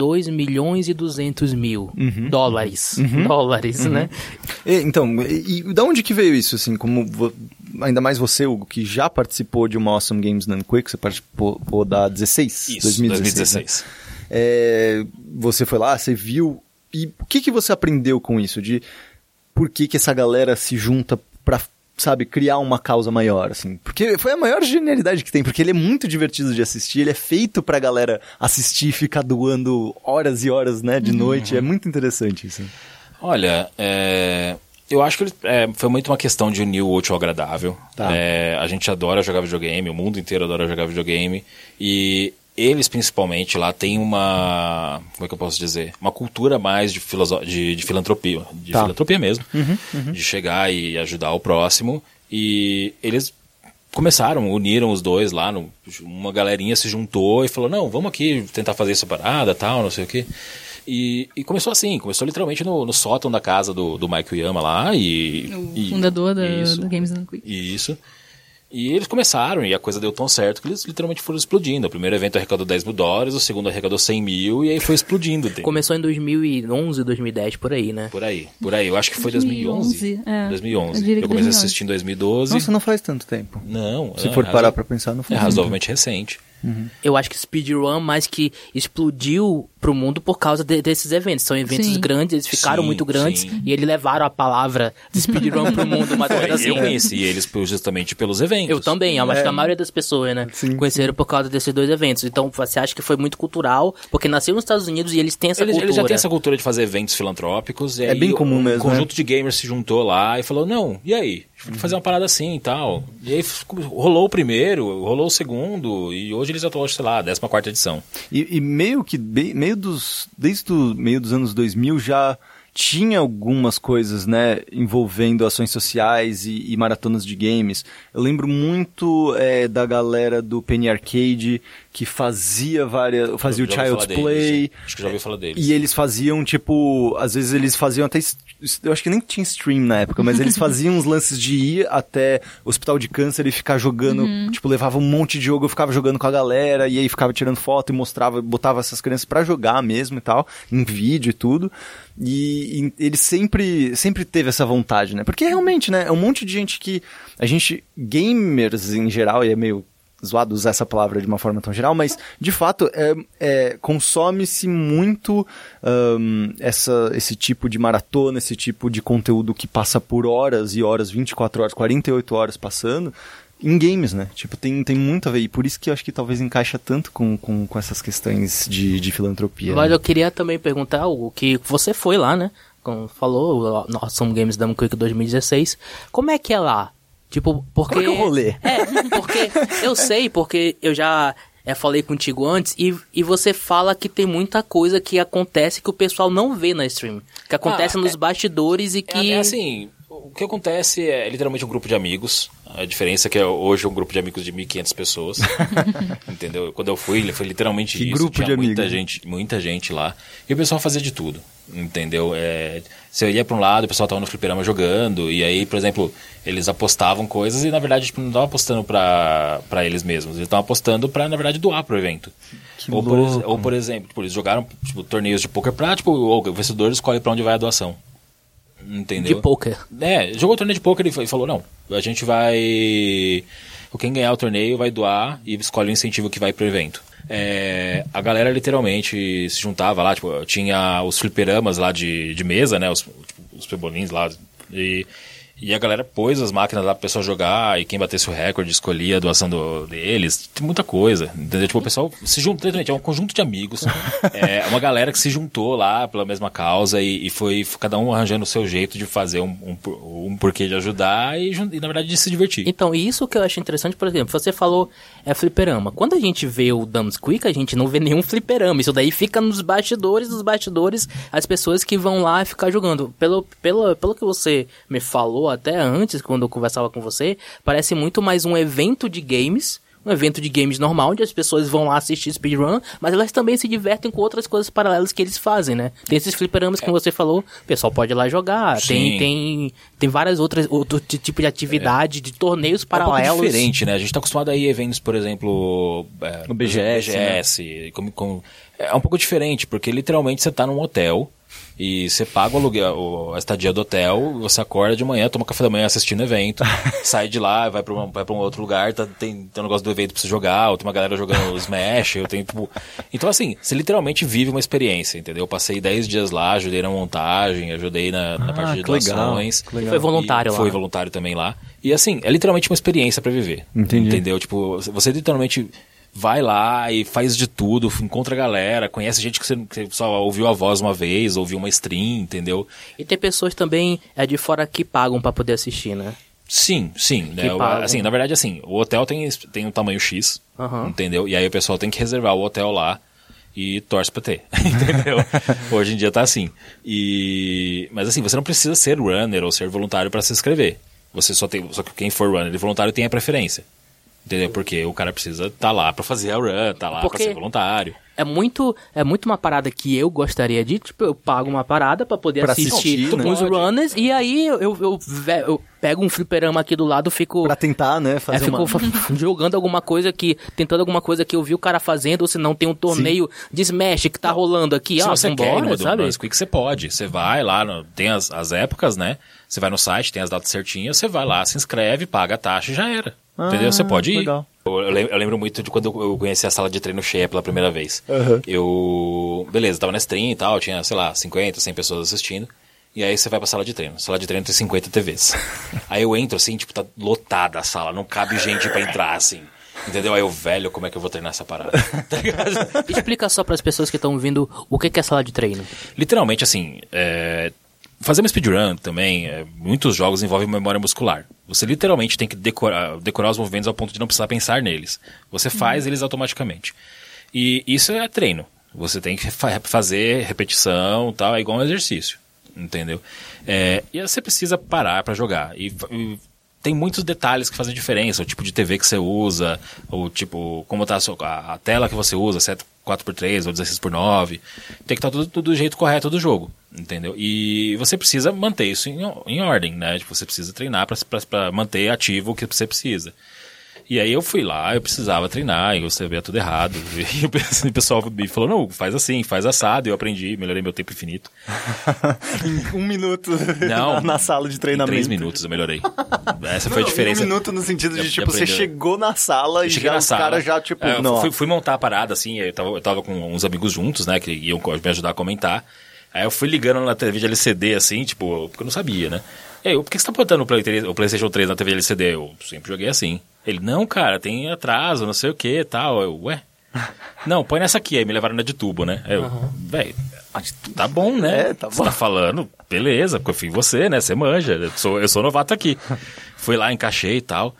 2.200.000 dólares. Dólares, né? Então, e da onde que veio isso, assim? Como ainda mais você, Hugo, que já participou de uma Awesome Games Done Quick, você participou da 16? Isso, 2016. Né? Você foi lá, você viu, e o que você aprendeu com isso? De por que essa galera se junta pra, sabe, criar uma causa maior, assim? Porque foi a maior genialidade que tem, porque ele é muito divertido de assistir, ele é feito pra galera assistir e ficar doando horas e horas, né, de noite, é muito interessante isso. Olha, eu acho que foi muito uma questão de unir o útil ao agradável. Tá. A gente adora jogar videogame, o mundo inteiro adora jogar videogame, e eles, principalmente, lá têm uma... Como é que eu posso dizer? Uma cultura mais de filantropia. De filantropia mesmo. De chegar e ajudar o próximo. E eles uniram os dois lá. Uma galerinha se juntou e falou, não, vamos aqui tentar fazer essa parada, tal, não sei o quê. E começou assim, começou literalmente no sótão da casa do Mike Uyama lá. O fundador do Games Done Quick. Isso. E eles começaram, e a coisa deu tão certo que eles literalmente foram explodindo. O primeiro evento arrecadou $10.000, o segundo arrecadou 100 mil, e aí foi explodindo. Entendeu? Começou em 2011, 2010, por aí, né? Por aí. Eu acho que foi 2011. 2011. Eu comecei a assistir em 2012. Nossa, não faz tanto tempo. Não. Se for parar pra pensar, não faz. É razoavelmente recente. Eu acho que speedrun mais que explodiu pro mundo por causa desses eventos. São eventos grandes, eles ficaram muito grandes e eles levaram a palavra de speedrun pro mundo. Mas assim, eu conheci eles justamente pelos eventos. Eu também, acho que a maioria das pessoas, né, conheceram por causa desses dois eventos. Então você acha que foi muito cultural, porque nasceu nos Estados Unidos e eles têm essa cultura. Eles já têm essa cultura de fazer eventos filantrópicos. É bem comum mesmo. Um conjunto de gamers se juntou lá e falou, não, e aí? Vamos fazer uma parada assim e tal. E aí rolou o primeiro, rolou o segundo, e hoje eles já estão, sei lá, 14ª edição. E meio que, desde o meio dos anos 2000 já tinha algumas coisas, né, envolvendo ações sociais e maratonas de games. Eu lembro muito da galera do Penny Arcade, que fazia o Child's Play. Acho que já ouvi falar deles. E eles faziam, tipo, às vezes eles faziam até... Eu acho que nem tinha stream na época, mas eles faziam uns lances de ir até o hospital de câncer e ficar jogando, tipo, levava um monte de jogo, eu ficava jogando com a galera, e aí ficava tirando foto e mostrava, botava essas crianças pra jogar mesmo e tal, em vídeo e tudo. E ele sempre teve essa vontade, né? Porque realmente, né, é um monte de gente que... gamers em geral, e é meio zoado usar essa palavra de uma forma tão geral, mas de fato consome-se muito esse tipo de maratona, esse tipo de conteúdo que passa por horas e horas, 24 horas, 48 horas passando, em games, né? Tipo, tem muito a ver. E por isso que eu acho que talvez encaixa tanto com essas questões de filantropia. Mas né? eu queria também perguntar o que você foi lá, né? Como falou, nós somos Games Damo Quick 2016. Como é que é lá? Tipo, porque... Como é que é o rolê? Porque eu sei, porque eu já falei contigo antes, e você fala que tem muita coisa que acontece que o pessoal não vê na stream. Que acontece nos bastidores e que... assim, o que acontece é literalmente um grupo de amigos. A diferença é que hoje é um grupo de amigos de 1.500 pessoas. Entendeu? Quando eu fui, foi literalmente que isso. Grupo tinha de muita gente lá. E o pessoal fazia de tudo. Entendeu? Você ia pra um lado, o pessoal tava no fliperama jogando. E aí, por exemplo, eles apostavam coisas e na verdade tipo, não estavam apostando pra eles mesmos. Eles estavam apostando pra, na verdade, doar pro evento. Ou, por exemplo, eles jogaram torneios de poker pra, o vencedor escolhe pra onde vai a doação. Entendeu? De poker. Jogou o torneio de poker e falou, não, a gente vai... Quem ganhar o torneio vai doar e escolhe o incentivo que vai pro evento. A galera literalmente se juntava lá, tinha os fliperamas lá de mesa, né, os pebolins lá, e a galera pôs as máquinas lá pro pessoal jogar, e quem batesse o recorde escolhia a doação deles. Tem muita coisa, entendeu? O pessoal se juntou, é um conjunto de amigos. É uma galera que se juntou lá pela mesma causa e foi cada um arranjando o seu jeito de fazer um porquê de ajudar e, na verdade, de se divertir. Então, isso que eu acho interessante, por exemplo, você falou fliperama. Quando a gente vê o Damos Quick, a gente não vê nenhum fliperama. Isso daí fica nos bastidores, as pessoas que vão lá ficar jogando. Pelo que você me falou até antes, quando eu conversava com você, parece muito mais um evento de games, normal, onde as pessoas vão lá assistir speedrun, mas elas também se divertem com outras coisas paralelas que eles fazem, né? Tem esses fliperamas que você falou, o pessoal pode ir lá jogar, tem várias outro tipo de atividade, de torneios paralelos. É um pouco diferente, né? A gente tá acostumado a ir a eventos, por exemplo, no BGS, né? É um pouco diferente, porque literalmente você tá num hotel e você paga o aluguel, a estadia do hotel, você acorda de manhã, toma café da manhã assistindo o evento, sai de lá, vai pra um outro lugar, tem um negócio do evento pra você jogar, ou tem uma galera jogando Smash, Então assim, você literalmente vive uma experiência, entendeu? Eu passei 10 dias lá, ajudei na montagem, ajudei na parte de doações. Legal. Foi voluntário lá. Foi voluntário também lá. E assim, é literalmente uma experiência pra viver. Entendi. Entendeu? Você literalmente... vai lá e faz de tudo, encontra a galera, conhece gente que você só ouviu a voz uma vez, ouviu uma stream, entendeu? E tem pessoas também de fora que pagam pra poder assistir, né? Sim, né? Assim, na verdade, assim, o hotel tem um tamanho X, entendeu? E aí o pessoal tem que reservar o hotel lá e torce pra ter, entendeu? Hoje em dia tá assim. Mas assim, você não precisa ser runner ou ser voluntário pra se inscrever. Só que quem for runner e voluntário tem a preferência. Entendeu? Porque o cara precisa estar lá pra fazer a run, tá lá pra ser voluntário. É muito uma parada que eu gostaria de, eu pago uma parada pra poder assistir uns runners, e aí eu pego um fliperama aqui do lado, fico... Pra tentar, né, jogando alguma coisa tentando alguma coisa que eu vi o cara fazendo, ou se não tem um torneio de Smash que tá rolando aqui, se você vambora, sabe? No Quick você pode, você vai lá, tem as épocas, né, você vai no site, tem as datas certinhas, você vai lá, se inscreve, paga a taxa e já era. Entendeu? Você pode ir. Legal. Eu lembro muito de quando eu conheci a sala de treino cheia pela primeira vez. Beleza, tava na stream e tal, tinha, sei lá, 50, 100 pessoas assistindo. E aí você vai pra sala de treino. Sala de treino tem 50 TVs. Aí eu entro assim, tá lotada a sala, não cabe gente pra entrar, assim. Entendeu? Aí eu, velho, como é que eu vou treinar essa parada? Explica só pras pessoas que estão vindo o que é sala de treino. Literalmente, assim, fazer uma speedrun também, muitos jogos envolvem memória muscular. Você literalmente tem que decorar os movimentos ao ponto de não precisar pensar neles. Você faz eles automaticamente. E isso é treino. Você tem que fazer repetição, tal, é igual um exercício. Entendeu? E você precisa parar para jogar. E tem muitos detalhes que fazem diferença. O tipo de TV que você usa, o tipo, como tá a tela que você usa, se é 4x3 ou 16x9. Tem que estar tudo do jeito correto do jogo. Entendeu? E você precisa manter isso em ordem, né? Você precisa treinar para manter ativo o que você precisa. E aí eu fui lá, eu precisava treinar, e você via tudo errado. E o pessoal me falou, não, faz assim, faz assado. Eu aprendi, melhorei meu tempo infinito. Em 1 minuto não, na sala de treinamento. Em 3 minutos eu melhorei. Essa foi a diferença. 1 minuto no sentido de, você chegou na sala e já, os caras já, fui montar a parada, assim, eu tava com uns amigos juntos, né, que iam me ajudar a comentar. Aí eu fui ligando na TV de LCD, assim, porque eu não sabia, né? E aí, por que você tá botando o PlayStation 3 na TV de LCD? Eu sempre joguei assim. Ele, não, cara, tem atraso, não sei o que e tal. Eu, ué? Não, põe nessa aqui. Aí me levaram na de tubo, né? Aí eu, velho, tá bom, né? Tá bom. Você tá falando, beleza, confio em você, né? Você manja, eu sou novato aqui. Fui lá, encaixei e tal.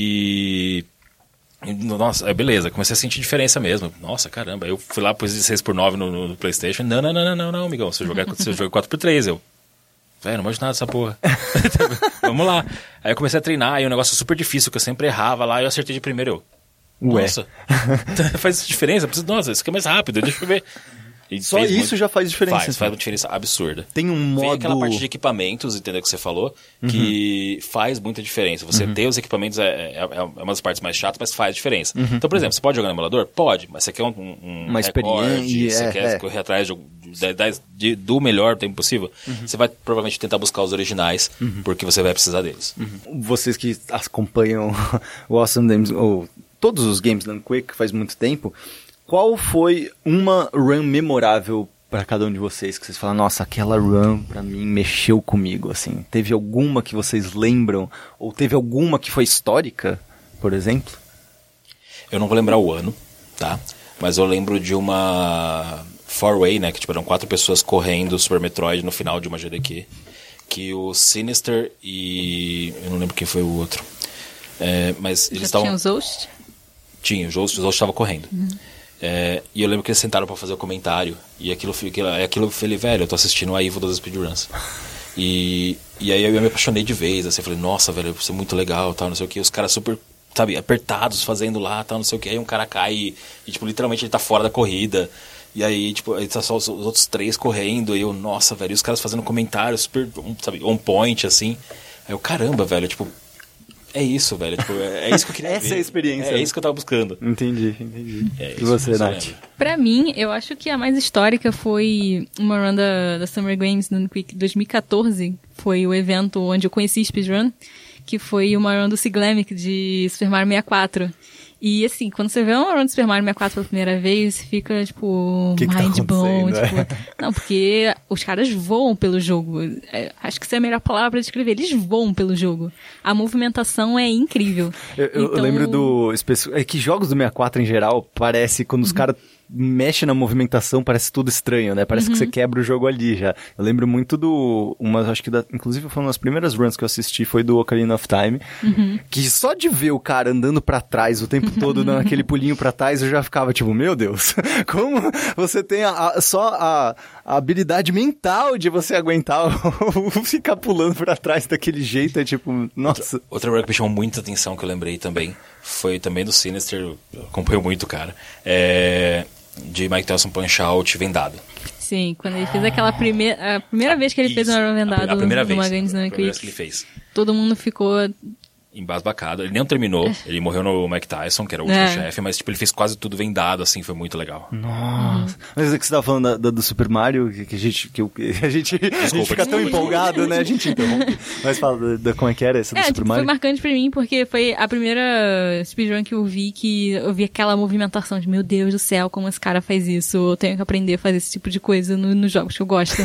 Nossa, beleza, comecei a sentir diferença mesmo. Nossa, caramba, eu fui lá, pus 16x9 no PlayStation. Não, amigão, você joga 4x3, eu... Velho, não manjo nada dessa porra. Vamos lá. Aí eu comecei a treinar, e um negócio super difícil, que eu sempre errava lá, e eu acertei de primeiro, eu... Ué. Nossa, faz diferença? Nossa, isso aqui é mais rápido, deixa eu ver. E Só isso já faz diferença. Faz uma diferença absurda. Tem um modo... Vem aquela parte de equipamentos, entendeu, que você falou, que faz muita diferença. Você ter os equipamentos é uma das partes mais chatas, mas faz diferença. Então, por exemplo, você pode jogar no emulador? Pode, mas você quer uma experiência, você quer correr atrás do melhor tempo possível, você vai provavelmente tentar buscar os originais, porque você vai precisar deles. Vocês que acompanham o Awesome Games, ou todos os games Done Quick faz muito tempo, qual foi uma run memorável para cada um de vocês, que vocês falam, nossa, aquela run pra mim mexeu comigo, assim? Teve alguma que vocês lembram? Ou teve alguma que foi histórica, por exemplo? Eu não vou lembrar o ano, tá? Mas eu lembro de uma 4-way, né? Que tipo, eram 4 pessoas correndo Super Metroid no final de uma GDQ. Que o Sinister e... eu não lembro quem foi o outro. Mas eles estavam... Tinha os Zoast? Tinha, o Zoast estava correndo. E eu lembro que eles sentaram pra fazer o comentário. E aquilo eu falei, velho, eu tô assistindo a Ivo das speedruns. E aí eu me apaixonei de vez, assim, eu falei, nossa, velho, isso é muito legal, tal, não sei o que. Os caras super, sabe, apertados fazendo lá, tal, não sei o que. Aí um cara cai e tipo, literalmente ele tá fora da corrida. E aí, tipo, aí tá só os outros 3 correndo. E eu, nossa, velho, e os caras fazendo comentários super, sabe, on point, assim. Aí eu, caramba, velho, tipo... É isso, velho. Tipo, é isso que eu queria Essa ver. é a experiência. É isso que eu tava buscando. Entendi. E você, Nath? Pra mim, eu acho que a mais histórica foi uma run da Summer Games Done Quick 2014. Foi o evento onde eu conheci Speedrun, que foi uma run do Siglamic de Super Mario 64. E assim, quando você vê uma run do Super Mario 64 pela primeira vez, você fica, tipo, mind blown. Tipo, não, porque os caras voam pelo jogo. Acho que essa é a melhor palavra pra descrever. Eles voam pelo jogo. A movimentação é incrível. Eu lembro do... É que jogos do 64 em geral, parece quando os caras mexem na movimentação, parece tudo estranho, né? Parece que você quebra o jogo ali já. Eu lembro muito acho que inclusive foi uma das primeiras runs que eu assisti, foi do Ocarina of Time, que só de ver o cara andando pra trás o tempo todo, dando aquele pulinho pra trás, eu já ficava tipo, meu Deus, como você tem só a habilidade mental de você aguentar ficar pulando pra trás daquele jeito, é tipo, nossa. Outra run que me chamou muita atenção, que eu lembrei também, foi também do Sinister, eu acompanho muito, cara, de Mike Tyson Punch-Out vendado. Sim, quando ele fez a primeira vez que ele fez uma vendado a primeira numa vez, Games Done que ele Quick, fez. todo mundo ficou... embasbacado. Ele não terminou, ele morreu no Mike Tyson, que era o último chefe, mas tipo, ele fez quase tudo vendado, assim, foi muito legal. Nossa. Mas é que você tava falando do Super Mario, que a gente fica tão empolgado, né? A gente interrompe. Mas fala como é que era esse do Super Mario? Foi marcante pra mim, porque foi a primeira speedrun que eu vi aquela movimentação de, meu Deus do céu, como esse cara faz isso, eu tenho que aprender a fazer esse tipo de coisa nos jogos que eu gosto.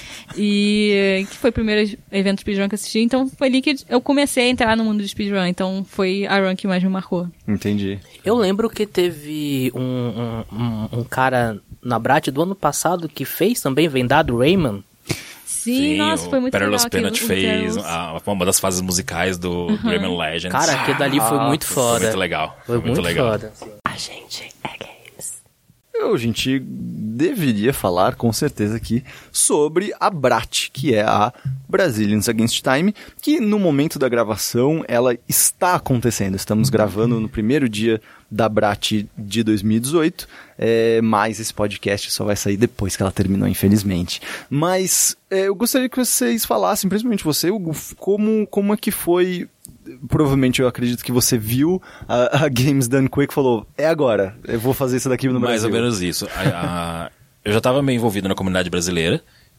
E que foi o primeiro evento de speedrun que eu assisti, então foi ali que eu comecei a entrar no mundo de speedrun, então foi a run que mais me marcou. Entendi. Eu lembro que teve um cara na Brat do ano passado que fez também vendado Rayman. Sim, nossa, foi muito Perilous legal. Penalty fez uma das fases musicais do Rayman Legends. Cara, aquele dali foi muito foda. Foi muito legal. Foi muito legal. foda. A gente é games. A gente deveria falar com certeza aqui sobre a BRAT, que é a Brazilians Against Time, que no momento da gravação ela está acontecendo. Estamos gravando no primeiro dia da BRAT de 2018, mas esse podcast só vai sair depois que ela terminou, infelizmente. Mas eu gostaria que vocês falassem, principalmente você, Hugo, como é que foi... Provavelmente eu acredito que você viu a Games Done Quick e falou, é agora, eu vou fazer isso daqui no Brasil. Mais ou menos isso. Eu já estava meio envolvido na comunidade brasileira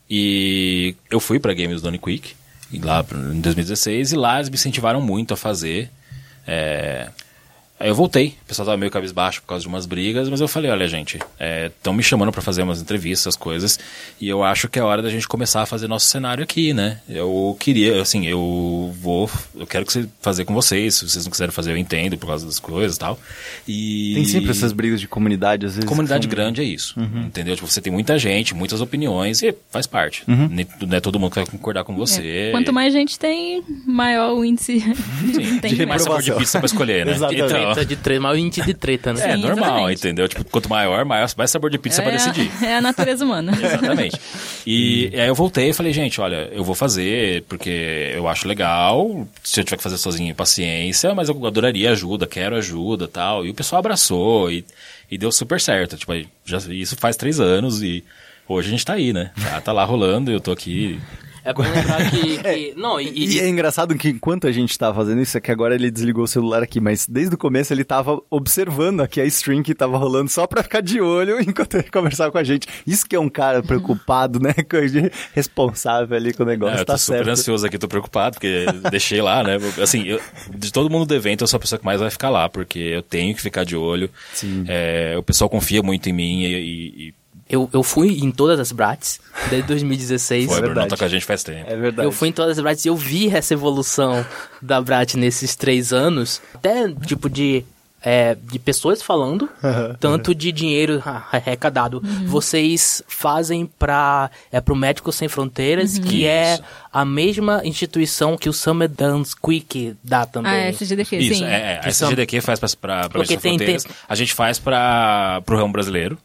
e eu fui para Games Done Quick lá em 2016 e lá eles me incentivaram muito a fazer. Aí eu voltei, o pessoal tava meio cabisbaixo por causa de umas brigas, mas eu falei, olha gente, estão me chamando pra fazer umas entrevistas, coisas, e eu acho que é hora da gente começar a fazer nosso cenário aqui, né? Eu queria, assim, eu quero fazer com vocês, se vocês não quiserem fazer eu entendo por causa das coisas e tal. E... Tem sempre essas brigas de comunidade, às vezes. Comunidade grande é isso, entendeu? Tipo, você tem muita gente, muitas opiniões e faz parte. Não é todo mundo que vai concordar com você. Quanto mais gente tem, maior o índice Tem mais sabor de pizza pra escolher, né? Exatamente. Maior índice de treta, né? É normal, exatamente. entendeu? Tipo, quanto maior, mais sabor de pizza pra decidir. É a natureza humana. Exatamente. E aí eu voltei e falei, gente, olha, eu vou fazer porque eu acho legal. Se eu tiver que fazer sozinho, paciência, mas eu adoraria ajuda, quero ajuda e tal. E o pessoal abraçou e deu super certo. Tipo, isso faz 3 anos e hoje a gente tá aí, né? Já tá lá rolando e eu tô aqui... É bom lembrar que não, E é engraçado que enquanto a gente tava fazendo isso, é que agora ele desligou o celular aqui, mas desde o começo ele tava observando aqui a stream que tava rolando só pra ficar de olho enquanto ele conversava com a gente. Isso que é um cara preocupado, né? Responsável ali com o negócio, eu tô super ansioso aqui, tô preocupado, porque deixei lá, né? Assim, de todo mundo do evento, eu sou a pessoa que mais vai ficar lá, porque eu tenho que ficar de olho. Sim. O pessoal confia muito em mim e Eu fui em todas as Brats desde 2016. Foi, Bruno, tá com a gente faz tempo. É verdade. Eu fui em todas as Brats e eu vi essa evolução da Brat nesses 3 anos. Até, tipo, de pessoas falando, tanto de dinheiro arrecadado. Vocês fazem pro Médicos Sem Fronteiras, que é a mesma instituição que o Summer Dance Quick dá também. Ah, SGDQ, Isso, sim. a SGDQ faz pra Médicos Sem tem Fronteiras. A gente faz pro ramo brasileiro.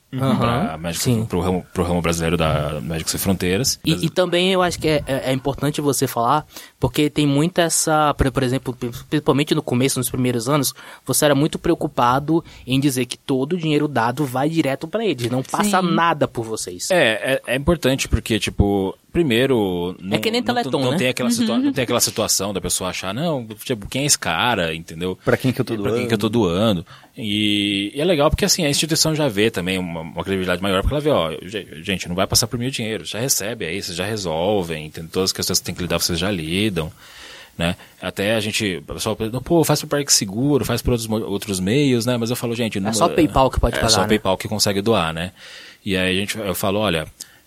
Pro ramo brasileiro da Médicos Sem Fronteiras. E também eu acho que é importante você falar, porque tem muita essa... Por exemplo, principalmente no começo, nos primeiros anos, você era muito preocupado em dizer que todo o dinheiro dado vai direto pra eles, não passa nada por vocês. É importante porque, tipo... Primeiro, é que nem Teleton, não né? tem aquela não tem aquela situação da pessoa achar, não, tipo, quem é esse cara, entendeu? Pra quem que eu tô doando? Pra quem que eu tô doando. E é legal porque, assim, a instituição já vê também uma credibilidade maior, porque ela vê, ó, gente, não vai passar por mim o dinheiro, já recebe aí, vocês já resolvem, entendeu? Todas as questões que tem que lidar, vocês já lidam, né? Até o pessoal pergunta, pô, faz por Parque Seguro, faz por outros meios, né? Mas eu falo, gente... É só o PayPal que pode pagar, É só o né? PayPal que consegue doar, né? E aí eu falo, olha...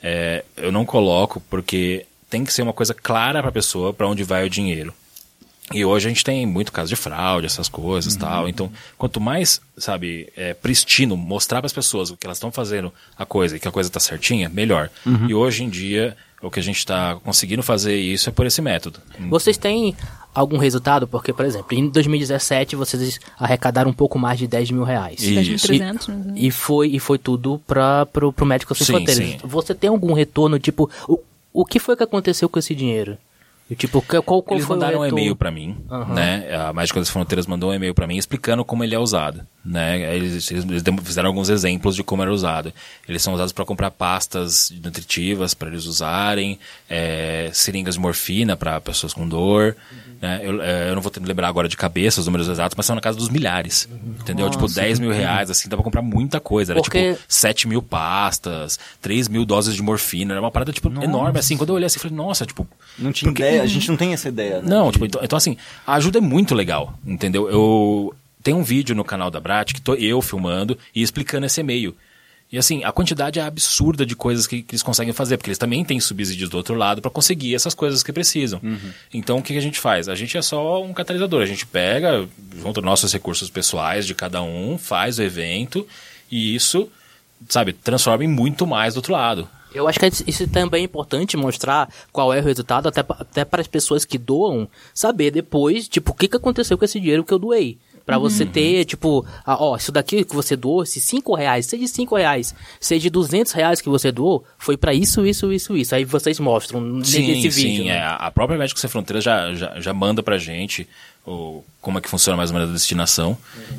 eu não coloco porque tem que ser uma coisa clara para a pessoa para onde vai o dinheiro. E hoje a gente tem muito caso de fraude, essas coisas e tal. Então, quanto mais, sabe, pristino, mostrar para as pessoas o que elas estão fazendo a coisa e que a coisa está certinha, melhor. E hoje em dia, o que a gente está conseguindo fazer isso é por esse método. Vocês têm algum resultado? Porque, por exemplo, em 2017 vocês arrecadaram um pouco mais de 10 mil reais. 10.300. E foi tudo pro Médicos Sem Fronteiras. Sim. Você tem algum retorno, tipo, o que foi que aconteceu com esse dinheiro? Tipo, qual Eles foi mandaram o um retorno? e-mail para mim, né? A Médicos Sem Fronteiras mandou um e-mail para mim explicando como ele é usado, né? Eles fizeram alguns exemplos de como era usado. Eles são usados para comprar pastas nutritivas para eles usarem, seringas de morfina para pessoas com dor, né? Eu não vou lembrar agora de cabeça os números exatos, mas são na casa dos milhares, entendeu? Tipo, 10 mil reais, assim, dá pra comprar muita coisa. Era tipo 7 mil pastas, 3 mil doses de morfina, era uma parada, tipo, enorme, assim. Quando eu olhei assim, eu falei, nossa, tipo... Não tinha ideia, a gente não tem essa ideia, né? Não, tipo, então assim, a ajuda é muito legal, entendeu? Tem um vídeo no canal da Brat que tô eu filmando e explicando esse e-mail. E assim, a quantidade é absurda de coisas que eles conseguem fazer, porque eles também têm subsídios do outro lado para conseguir essas coisas que precisam. Então, o que a gente faz? A gente é só um catalisador, a gente pega, junto nossos recursos pessoais de cada um, faz o evento e isso, sabe, transforma em muito mais do outro lado. Eu acho que isso também é importante mostrar qual é o resultado, até para as pessoas que doam, saber depois, tipo, o que aconteceu com esse dinheiro que eu doei. Pra você ter, tipo, isso daqui que você doou, esses 5 reais, seja de 5 reais, seja de 200 reais que você doou, foi pra isso. Aí vocês mostram nesse vídeo. Sim, né? A própria Médicos Sem Fronteiras já manda pra gente como é que funciona mais ou menos a destinação.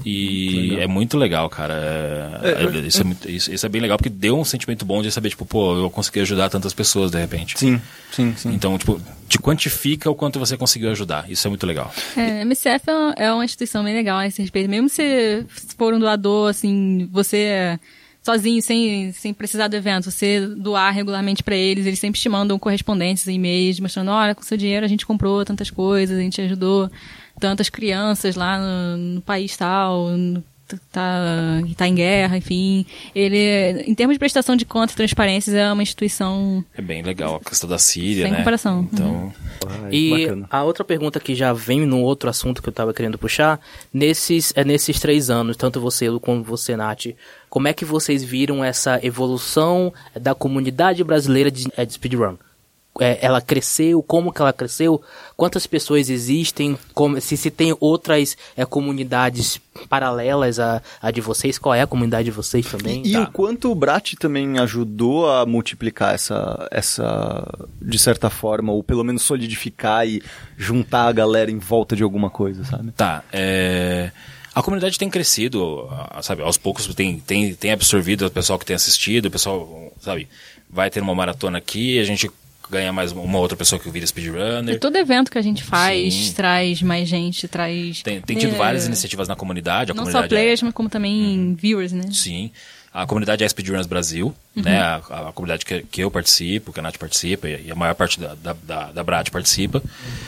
E é muito legal, cara. Isso é bem legal, porque deu um sentimento bom de saber, tipo, pô, eu consegui ajudar tantas pessoas de repente. Sim. Então, tipo, te quantifica o quanto você conseguiu ajudar. Isso é muito legal. A MCF é uma instituição bem legal a esse respeito. Mesmo se for um doador, assim, você sozinho, sem precisar do evento, você doar regularmente pra eles sempre te mandam correspondências, e-mails, mostrando, olha, com seu dinheiro a gente comprou tantas coisas, a gente ajudou tantas crianças lá no país tal, tá em guerra, enfim. Ele, em termos de prestação de contas e transparência, é uma instituição... É bem legal, a questão da Síria, sem né? comparação. Então, E bacana. a outra pergunta que já vem no outro assunto que eu tava querendo puxar, nesses 3 anos, tanto você, Lu, como você, Nath, como é que vocês viram essa evolução da comunidade brasileira de speedrun? Ela cresceu, como que ela cresceu, quantas pessoas existem, se tem outras comunidades paralelas à de vocês, qual é a comunidade de vocês também? E o quanto o Brat também ajudou a multiplicar essa, de certa forma, ou pelo menos solidificar e juntar a galera em volta de alguma coisa, sabe? tá, a comunidade tem crescido, sabe, aos poucos tem absorvido o pessoal que tem assistido, o pessoal, sabe, vai ter uma maratona aqui, a gente ganha mais uma outra pessoa que vira speedrunner. E todo evento que a gente faz Sim. traz mais gente, Tem tido várias iniciativas na comunidade. A não comunidade só players, mas como também viewers, né? Sim. A comunidade é Speedrunners Brasil, né? A comunidade que eu participo, que a Nath participa e a maior parte da Brat participa.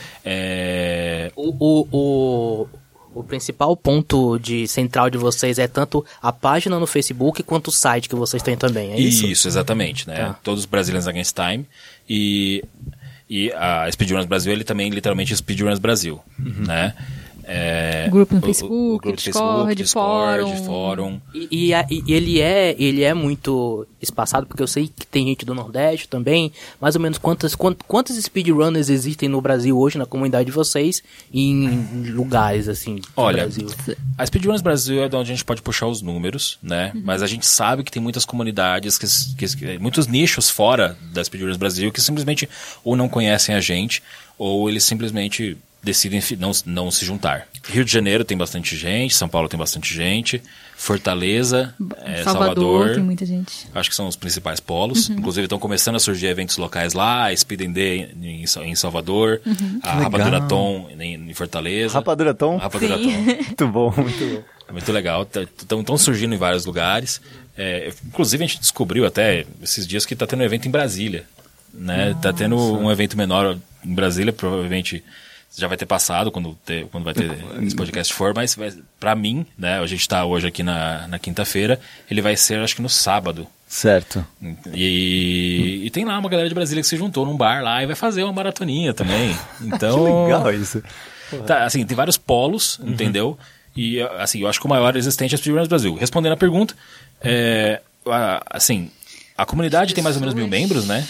O principal ponto central de vocês é tanto a página no Facebook quanto o site que vocês têm também, é isso? Isso, exatamente, né? Tá. Todos os Brazilians Against Time e a Speedrunners Brasil, ele também literalmente é Speedrunners Brasil, né? Grupo no Facebook, grupo Discord, fórum. E ele é muito espaçado, porque eu sei que tem gente do Nordeste também. Mais ou menos quantos speedrunners existem no Brasil hoje, na comunidade de vocês, e em lugares assim do Olha, Brasil? a Speedrunners Brasil é de onde a gente pode puxar os números, né? Mas a gente sabe que tem muitas comunidades, muitos nichos fora da Speedrunners Brasil que simplesmente ou não conhecem a gente, ou eles simplesmente decidem não se juntar. Rio de Janeiro tem bastante gente, São Paulo tem bastante gente, Fortaleza, Salvador tem muita gente. acho que são os principais polos. Inclusive estão começando a surgir eventos locais lá, Speed and Day em Salvador, a Rapadura Tom em Fortaleza. Rapadura Tom? Rapadura Tom. Muito bom, muito bom. É muito legal. Estão surgindo em vários lugares. Inclusive a gente descobriu até esses dias que está tendo um evento em Brasília, né? Tá tendo um evento menor em Brasília, provavelmente já vai ter passado quando vai ter esse podcast for, mas pra mim, né, a gente tá hoje aqui na quinta-feira, ele vai ser, acho que no sábado. Certo. E tem lá uma galera de Brasília que se juntou num bar lá e vai fazer uma maratoninha também. Então, Que legal isso. tá, assim, tem vários polos, entendeu? E, assim, eu acho que o maior existente é o Speedrunners Brasil. Respondendo a pergunta, assim, a comunidade tem mais ou menos 1.000 membros, né?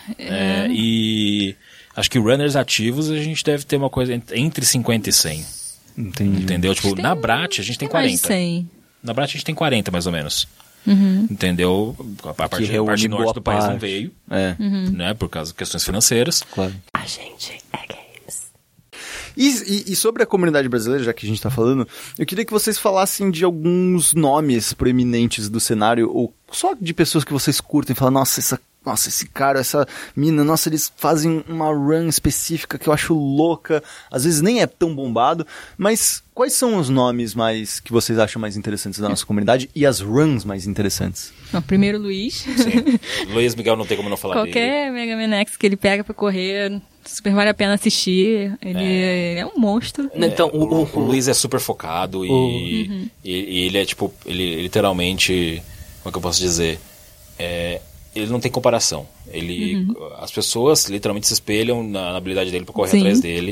E acho que runners ativos a gente deve ter uma coisa entre 50 e 100. Entendi. Entendeu? Tipo, na Brat a gente tem mais de 40. 100. Na Brat a gente tem 40, mais ou menos. Entendeu? A parte reúne norte boa do país não parte. veio, É, né? Por causa de questões financeiras. claro. A gente é games. E sobre a comunidade brasileira, já que a gente tá falando, eu queria que vocês falassem de alguns nomes proeminentes do cenário, ou só de pessoas que vocês curtem, falam, nossa, esse cara, essa mina, nossa, eles fazem uma run específica que eu acho louca, às vezes nem é tão bombado, mas quais são os nomes mais que vocês acham mais interessantes da nossa comunidade e as runs mais interessantes? Não, primeiro Luiz. Sim. Luiz Miguel não tem como não falar dele. Qualquer Mega Man X que ele pega pra correr, super vale a pena assistir. Ele é um monstro. Então, O Luiz é super focado e ele é tipo, ele literalmente, como é que eu posso dizer? Ele não tem comparação. As pessoas literalmente se espelham na habilidade dele pra correr Sim. atrás dele.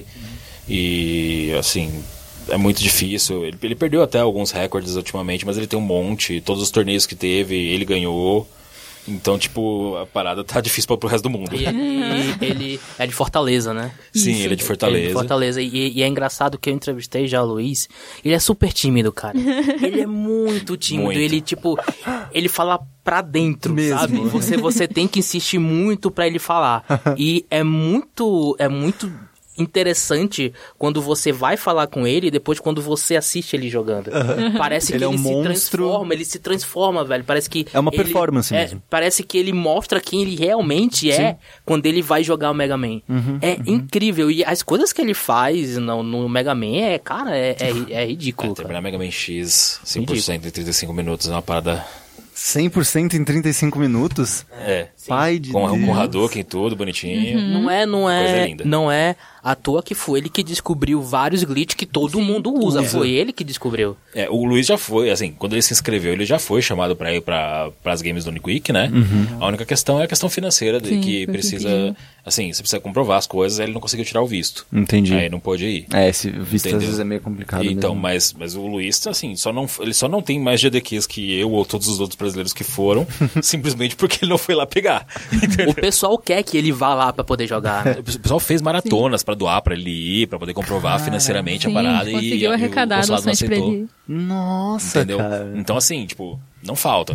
E, assim, é muito difícil. Ele perdeu até alguns recordes ultimamente, mas ele tem um monte. Todos os torneios que teve, ele ganhou. Então, tipo, a parada tá difícil pro resto do mundo. E ele é de Fortaleza, né? Sim, Isso. ele é de Fortaleza. Ele é de Fortaleza. E é engraçado que eu entrevistei já o Luiz. Ele é super tímido, cara. Ele é muito tímido. Muito. Ele, tipo, ele fala pra dentro, Mesmo. sabe? Você tem que insistir muito pra ele falar. E é muito interessante quando você vai falar com ele e depois quando você assiste ele jogando. Parece Ele que é um ele monstro. se transforma, velho. Parece que É uma ele- performance mesmo. Parece que ele mostra quem ele realmente é quando ele vai jogar o Mega Man. É incrível. E as coisas que ele faz no Mega Man é ridículo. cara. Terminar Mega Man X 100% em 35 minutos é uma parada... 100% em 35 minutos? Pai de Com Deus. Hadouken e tudo, bonitinho. Não é Coisa linda. não é À toa que foi ele que descobriu vários glitches que todo mundo usa. Foi ele que descobriu. O Luiz já foi, assim, quando ele se inscreveu, ele já foi chamado pra ir para as games do Uniquick, né? A única questão é a questão financeira, que precisa, assim, você precisa comprovar as coisas, aí ele não conseguiu tirar o visto. Entendi. Aí não pôde ir. Esse visto às vezes é meio complicado então, mesmo. mas o Luiz, assim, ele só não tem mais GDQs que eu ou todos os outros brasileiros que foram, simplesmente porque ele não foi lá pegar. Entendeu? O pessoal quer que ele vá lá pra poder jogar, né? O pessoal fez maratonas pra doar pra ele ir, pra poder comprovar financeiramente a parada. Conseguiu arrecadar doações pra ele ir. Nossa, entendeu? cara. Então, assim, tipo, não falta.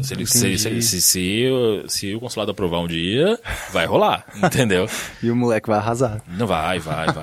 Se o consulado aprovar um dia, vai rolar, entendeu? E o moleque vai arrasar. Não vai.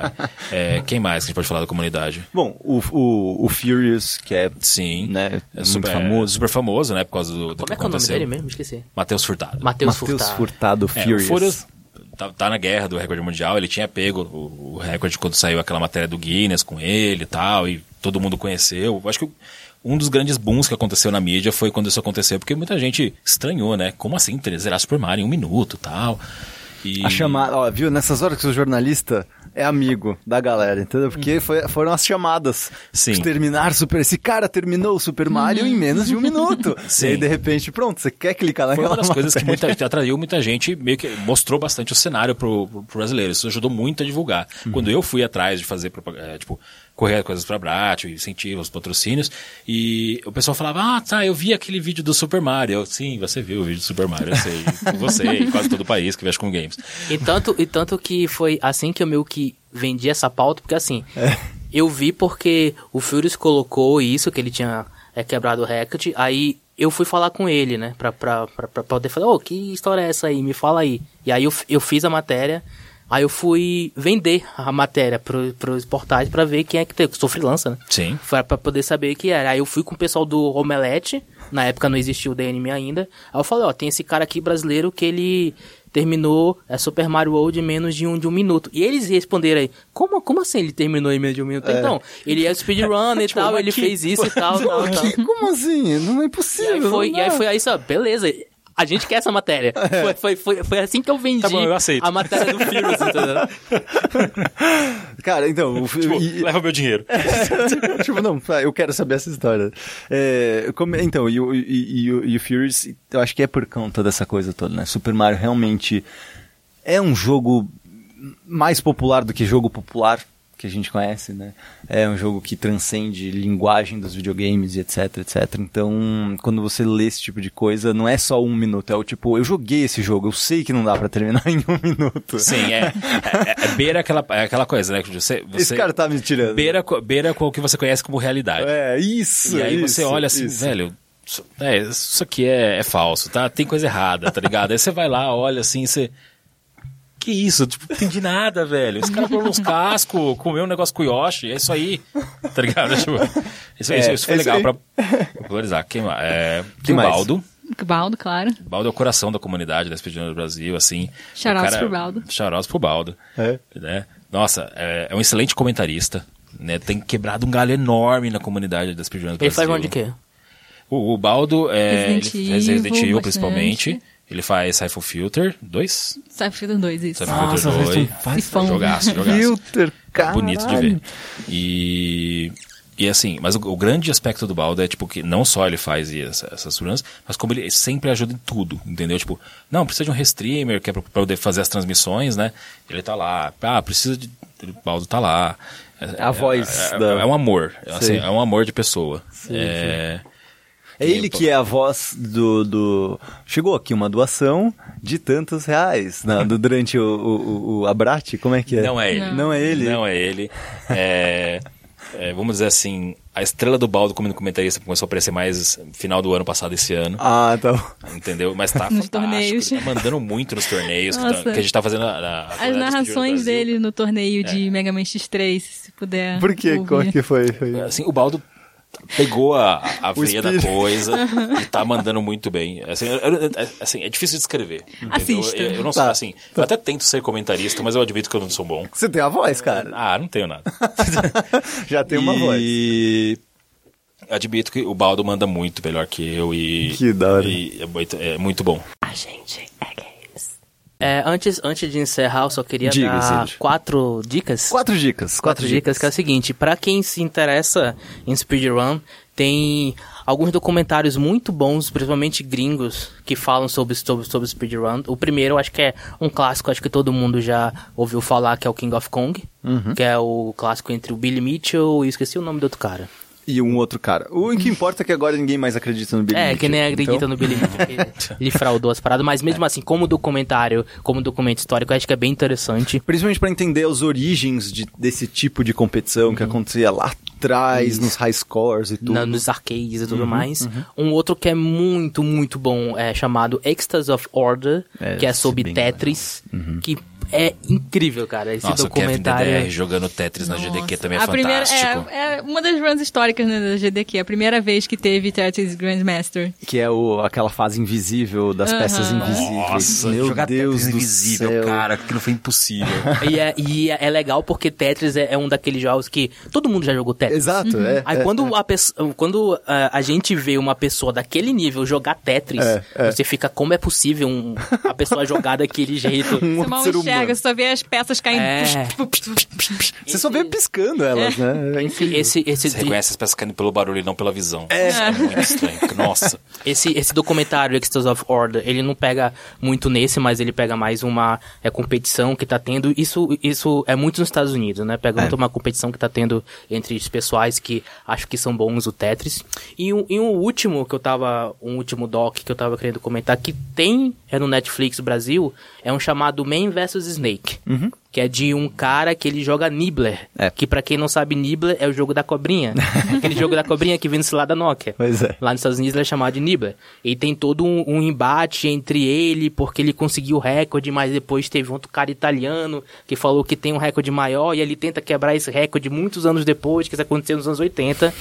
Quem mais que a gente pode falar da comunidade? Bom, o Furious, que é, Sim, né, é muito famoso. super famoso, né, por causa do Como que é que é o nome aconteceu. dele mesmo? Esqueci. Matheus Furtado. Matheus Furtado Furious. O Furious tá na guerra do recorde mundial, ele tinha pego o recorde quando saiu aquela matéria do Guinness com ele e tal, e todo mundo conheceu. Eu acho que um dos grandes booms que aconteceu na mídia foi quando isso aconteceu, porque muita gente estranhou, né? Como assim zerar Super Mario em 1 minuto e tal? E... A chamada, ó, viu? Nessas horas que o jornalista é amigo da galera, entendeu? Porque foram as chamadas. Sim. Esse cara terminou o Super Mario em menos de 1 minuto. Sim. E aí, de repente, pronto, você quer clicar Foi naquela uma das coisas que atraiu matéria. muita gente, meio que mostrou bastante o cenário pro brasileiro. Isso ajudou muito a divulgar. Quando eu fui atrás de fazer, correr coisas pra Brat, incentivos, patrocínios, e o pessoal falava, eu vi aquele vídeo do Super Mario. Sim, você viu o vídeo do Super Mario, eu sei. Você e quase todo o país que mexe com games. E tanto que foi assim que eu meio que vendi essa pauta, porque assim, eu vi porque o Furious colocou isso, que ele tinha quebrado o recorde, aí eu fui falar com ele, né, pra poder falar, que história é essa aí, me fala aí. E aí eu fiz a matéria, aí eu fui vender a matéria pros portais pra ver quem é que tem, eu sou freelancer, né? Sim. Pra poder saber o que era. Aí eu fui com o pessoal do Omelete, na época não existia o DNM ainda, aí eu falei, tem esse cara aqui brasileiro que ele terminou Super Mario World em menos de um minuto. E eles responderam aí, como assim ele terminou em menos de 1 minuto? Então, ele é speedrunner e tal, ele fez isso e tal. Como assim? Não é impossível. E aí foi aí só, beleza, a gente quer essa matéria. Foi assim que eu vendi Tá bom, eu aceito. a matéria do Furious, entendeu? Cara, então... leva meu dinheiro. Não, eu quero saber essa história. Então, e o Furious, eu acho que é por conta dessa coisa toda, né? Super Mario realmente é um jogo mais popular do que jogo popular que a gente conhece, né? É um jogo que transcende linguagem dos videogames e etc, etc. Então, quando você lê esse tipo de coisa, não é só 1 minuto, é o tipo, eu joguei esse jogo, eu sei que não dá pra terminar em 1 minuto. Sim, beira aquela coisa, né? Você, esse cara tá me tirando. Beira com o que você conhece como realidade. Isso. E aí você olha assim, velho, isso aqui é falso, tá? Tem coisa errada, tá ligado? Aí você vai lá, olha assim, você... Que isso? Tipo, não entendi nada, velho. Esse cara pôr uns cascos, comeu um negócio com o Yoshi, é isso aí. Tá ligado? Tipo, isso foi legal pra popularizar. Tem o Baldo. Baldo, claro. Baldo é o coração da comunidade da Speedrun do Brasil, assim. Shoutouts pro Baldo. Shoutouts pro Baldo. Né? Nossa, é um excelente comentarista. Né? Tem quebrado um galho enorme na comunidade da Speedrun do Brasil. Ele faz onde que é? O Baldo Resident ele faz Resident Evil, bastante. Principalmente. Ele faz Siphon Filter 2. Siphon Filter 2, isso. Siphon Filter 2. Jogaço. Filter, cara. Bonito de ver. E assim, mas o grande aspecto do Baldo é, tipo, que não só ele faz essas runs, mas como ele sempre ajuda em tudo, entendeu? Tipo, não, precisa de um restreamer, que é pra poder fazer as transmissões, né? Ele tá lá. precisa de... O Baldo tá lá. A voz é um amor. Assim, é um amor de pessoa. Sim. É ele que é a voz do... Chegou aqui uma doação de tantos reais durante a Brat, como é que é? Não é ele. Não é ele? Não é ele. Vamos dizer assim, a estrela do Baldo como comentarista começou a aparecer mais no final do ano passado, esse ano. Ah, tá. Entendeu? Mas tá nos fantástico. torneios. Ele tá mandando muito nos torneios que Nossa. a gente tá fazendo as narrações dele no torneio de Mega Man X3, se puder. Por quê? Qual que foi? Assim, o Baldo pegou a veia da espírito. coisa e tá mandando muito bem. Assim, é difícil de descrever. Assista. Eu não sou assim. Eu até tento ser comentarista, mas eu admito que eu não sou bom. Você tem a voz, cara. Não tenho nada. Já tem uma voz. E admito que o Baldo manda muito melhor que eu e... Que da hora. E é muito bom. A gente é games. Antes de encerrar, eu só queria Diga, dar Cid. 4 dicas. Quatro dicas, Que é o seguinte, pra quem se interessa em speedrun, tem alguns documentários muito bons, principalmente gringos, que falam sobre speedrun. O primeiro, eu acho que é um clássico, acho que todo mundo já ouviu falar, que é o King of Kong, que é o clássico entre o Billy Mitchell e esqueci o nome do outro cara. E um outro cara. O que importa é que agora ninguém mais acredita no Billy Mitchell. Que nem acredita então... no Billy Mitchell, que ele fraudou as paradas, mas mesmo assim, como documentário, como documento histórico, eu acho que é bem interessante. Principalmente pra entender as origens desse tipo de competição que acontecia lá atrás, nos high scores e tudo. Nos arcades e tudo mais. Um outro que é muito, muito bom é chamado Ecstasy of Order, que é sobre bem Tetris, que é incrível, cara, esse Nossa, documentário. o Kevin DDR jogando Tetris na GDQ também é A primeira, fantástico. é uma das runs históricas, né, da GDQ. A primeira vez que teve Tetris Grandmaster. Que é aquela fase invisível das peças invisíveis. Nossa, meu jogar Deus Tetris do invisível, céu. cara, aquilo foi impossível. E é legal porque Tetris é um daqueles jogos que todo mundo já jogou Tetris. Exato, Aí quando a gente vê uma pessoa daquele nível jogar Tetris, você fica, como é possível a pessoa jogar daquele jeito? Um Você outro mal ser enxerga, humano. você só vê as peças caindo. Você só vê piscando elas, né? Esse Você reconhece as peças caindo pelo barulho e não pela visão. É muito estranho. Nossa. Esse documentário, Ecstasy of Order, ele não pega muito nesse, mas ele pega mais uma competição que tá tendo. Isso é muito nos Estados Unidos, né? Pega muito uma competição que tá tendo entre os pessoais que acho que são bons o Tetris. E um último doc que eu tava querendo comentar, que é no Netflix Brasil, é um chamado Man vs Snake. Que é de um cara que ele joga Nibbler. Que pra quem não sabe, Nibbler é o jogo da cobrinha. Aquele jogo da cobrinha que vem no celular da Nokia. Pois é. Lá nos Estados Unidos ele é chamado de Nibbler. E tem todo um embate entre ele, porque ele conseguiu o recorde, mas depois teve outro cara italiano que falou que tem um recorde maior, e ele tenta quebrar esse recorde muitos anos depois, que isso aconteceu nos anos 80.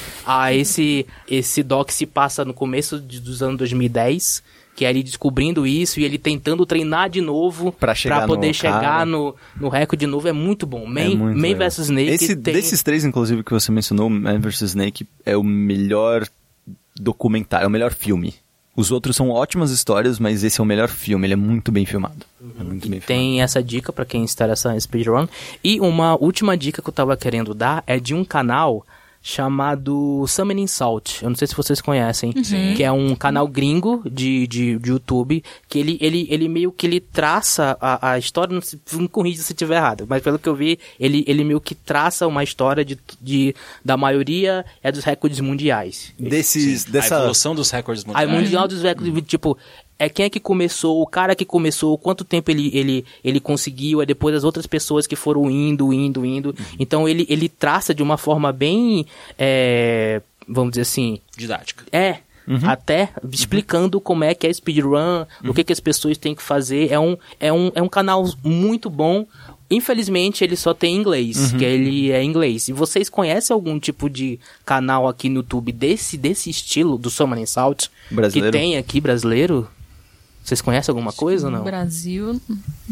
Esse doc se passa no começo dos anos 2010, que é ele descobrindo isso e ele tentando treinar de novo pra poder chegar no recorde de novo. É muito bom. Man vs Snake. Desses três, inclusive, que você mencionou, Man vs Snake é o melhor documentário, é o melhor filme. Os outros são ótimas histórias, mas esse é o melhor filme, ele é muito bem filmado. É muito bem filmado. Tem essa dica pra quem se interessa em speedrun. E uma última dica que eu tava querendo dar é de um canal chamado Summoning Salt. Eu não sei se vocês conhecem. Que é um canal gringo de YouTube, que ele meio que ele traça a história, não me corrija se estiver errado, mas pelo que eu vi, ele meio que traça uma história da maioria dos recordes mundiais. A evolução dos recordes mundiais. A mundial dos recordes, tipo, quem é que começou, o cara que começou, quanto tempo ele conseguiu, depois as outras pessoas que foram indo. Então ele traça de uma forma bem, vamos dizer assim... didática. Até explicando como é que é speedrun, o que as pessoas têm que fazer. É um canal muito bom. Infelizmente, ele só tem inglês, que ele é inglês. E vocês conhecem algum tipo de canal aqui no YouTube desse estilo, do Summoning Salt? Brasileiro? Que tem aqui, brasileiro? Vocês conhecem alguma coisa ou não? Brasileiro.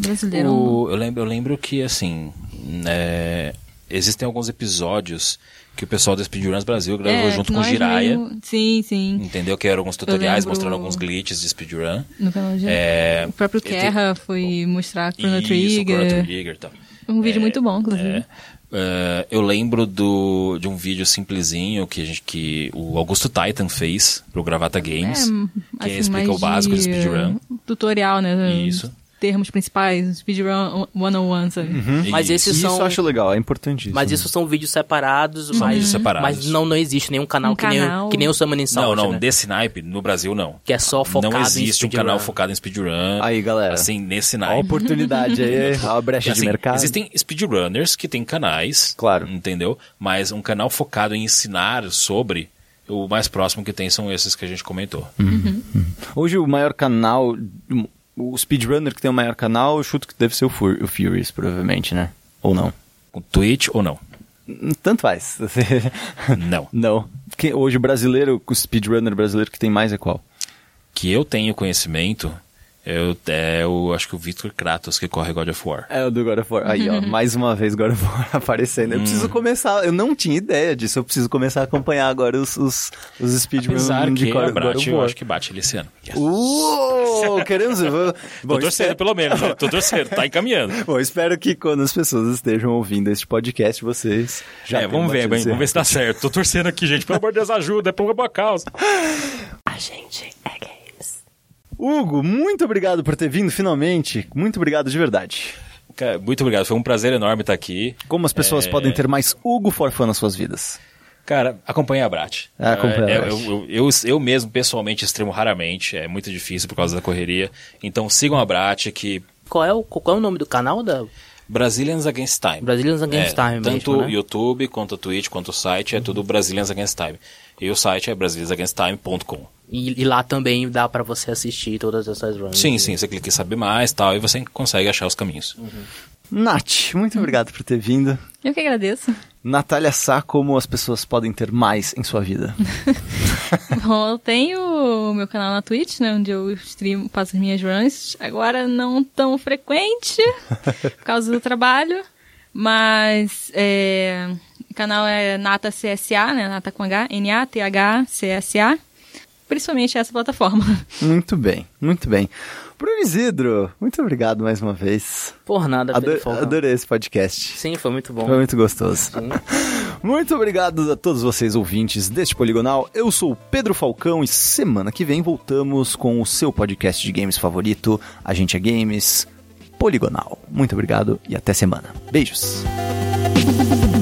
Eu lembro que, assim, existem alguns episódios que o pessoal da Speedruns Brasil gravou junto com o Jiraiya. Sim. Entendeu? Que eram alguns tutoriais mostrando alguns glitches de speedrun. No canal o próprio Kerra foi mostrar Chrono Trigger. E tal. Um vídeo muito bom, inclusive. Eu lembro de um vídeo simplesinho que o Augusto Titan fez pro Gravata Games, que assim, explica o básico de speedrun. Tutorial, né? Isso. Termos principais, speedrun 101, sabe? Mas esses Isso são... eu acho legal, é importantíssimo. Mas isso são vídeos separados, mas não existe nenhum canal, que nem o Summoning Salt, Não, né? desse naipe, no Brasil não. Que é só focado não em existe um speedrun. canal focado em speedrun. Aí, galera. Assim, nesse A naipe. oportunidade aí, a brecha Assim, de mercado. existem speedrunners que têm canais, Claro. Entendeu? Mas um canal focado em ensinar sobre, o mais próximo que tem são esses que a gente comentou. Hoje o maior canal, o speedrunner que tem o maior canal, eu chuto que deve ser o Furious, provavelmente, né? Ou não? Com Twitch ou não? Tanto faz. Não. Não. Hoje o speedrunner brasileiro que tem mais é qual? Que eu tenho conhecimento, Eu acho que o Victor Kratos que corre God of War. É o do God of War. Aí, ó, mais uma vez God of War aparecendo. Eu preciso começar, eu não tinha ideia disso, eu preciso começar a acompanhar agora os speedruns de God of War. Eu acho que bate ele esse ano. Yes. Queremos... Tô torcendo pelo menos, né? Tô torcendo, tá encaminhando. Bom, espero que quando as pessoas estejam ouvindo este podcast, vocês já vamos ver se dá certo. Tô torcendo aqui, gente. Pelo amor de Deus, ajuda, é por uma boa causa. A gente é games. Hugo, muito obrigado por ter vindo finalmente. Muito obrigado de verdade. Cara, muito obrigado, foi um prazer enorme estar aqui. Como as pessoas podem ter mais Hugo for Fun nas suas vidas? Cara, acompanhe a Brat. Eu mesmo, pessoalmente, extremo raramente. É muito difícil por causa da correria. Então sigam a Brat, que... Qual é o nome do canal da... Brazilians Against Time. Brazilians Against Time tanto mesmo, né? YouTube, quanto a Twitch, quanto o site, é tudo Brazilians Against Time. E o site é brasiliansagainst.time.com. E lá também dá pra você assistir todas essas runs. Sim, você clica em saber mais e tal, e você consegue achar os caminhos. Nath, muito obrigado por ter vindo. Eu que agradeço. Natália Sá, como as pessoas podem ter mais em sua vida? Bom, eu tenho o meu canal na Twitch, né, onde eu streamo, faço as minhas runs. Agora não tão frequente, por causa do trabalho, mas o canal é Nata CSA, né, Nata com H, NATHCSA, principalmente essa plataforma. Muito bem, muito bem. Bruno Isidro, muito obrigado mais uma vez. Por nada, Pedro Falcão. Adorei esse podcast. Sim, foi muito bom. Foi muito gostoso. Sim. Muito obrigado a todos vocês ouvintes deste Poligonal. Eu sou o Pedro Falcão e semana que vem voltamos com o seu podcast de games favorito, A Gente é Games, Poligonal. Muito obrigado e até semana. Beijos.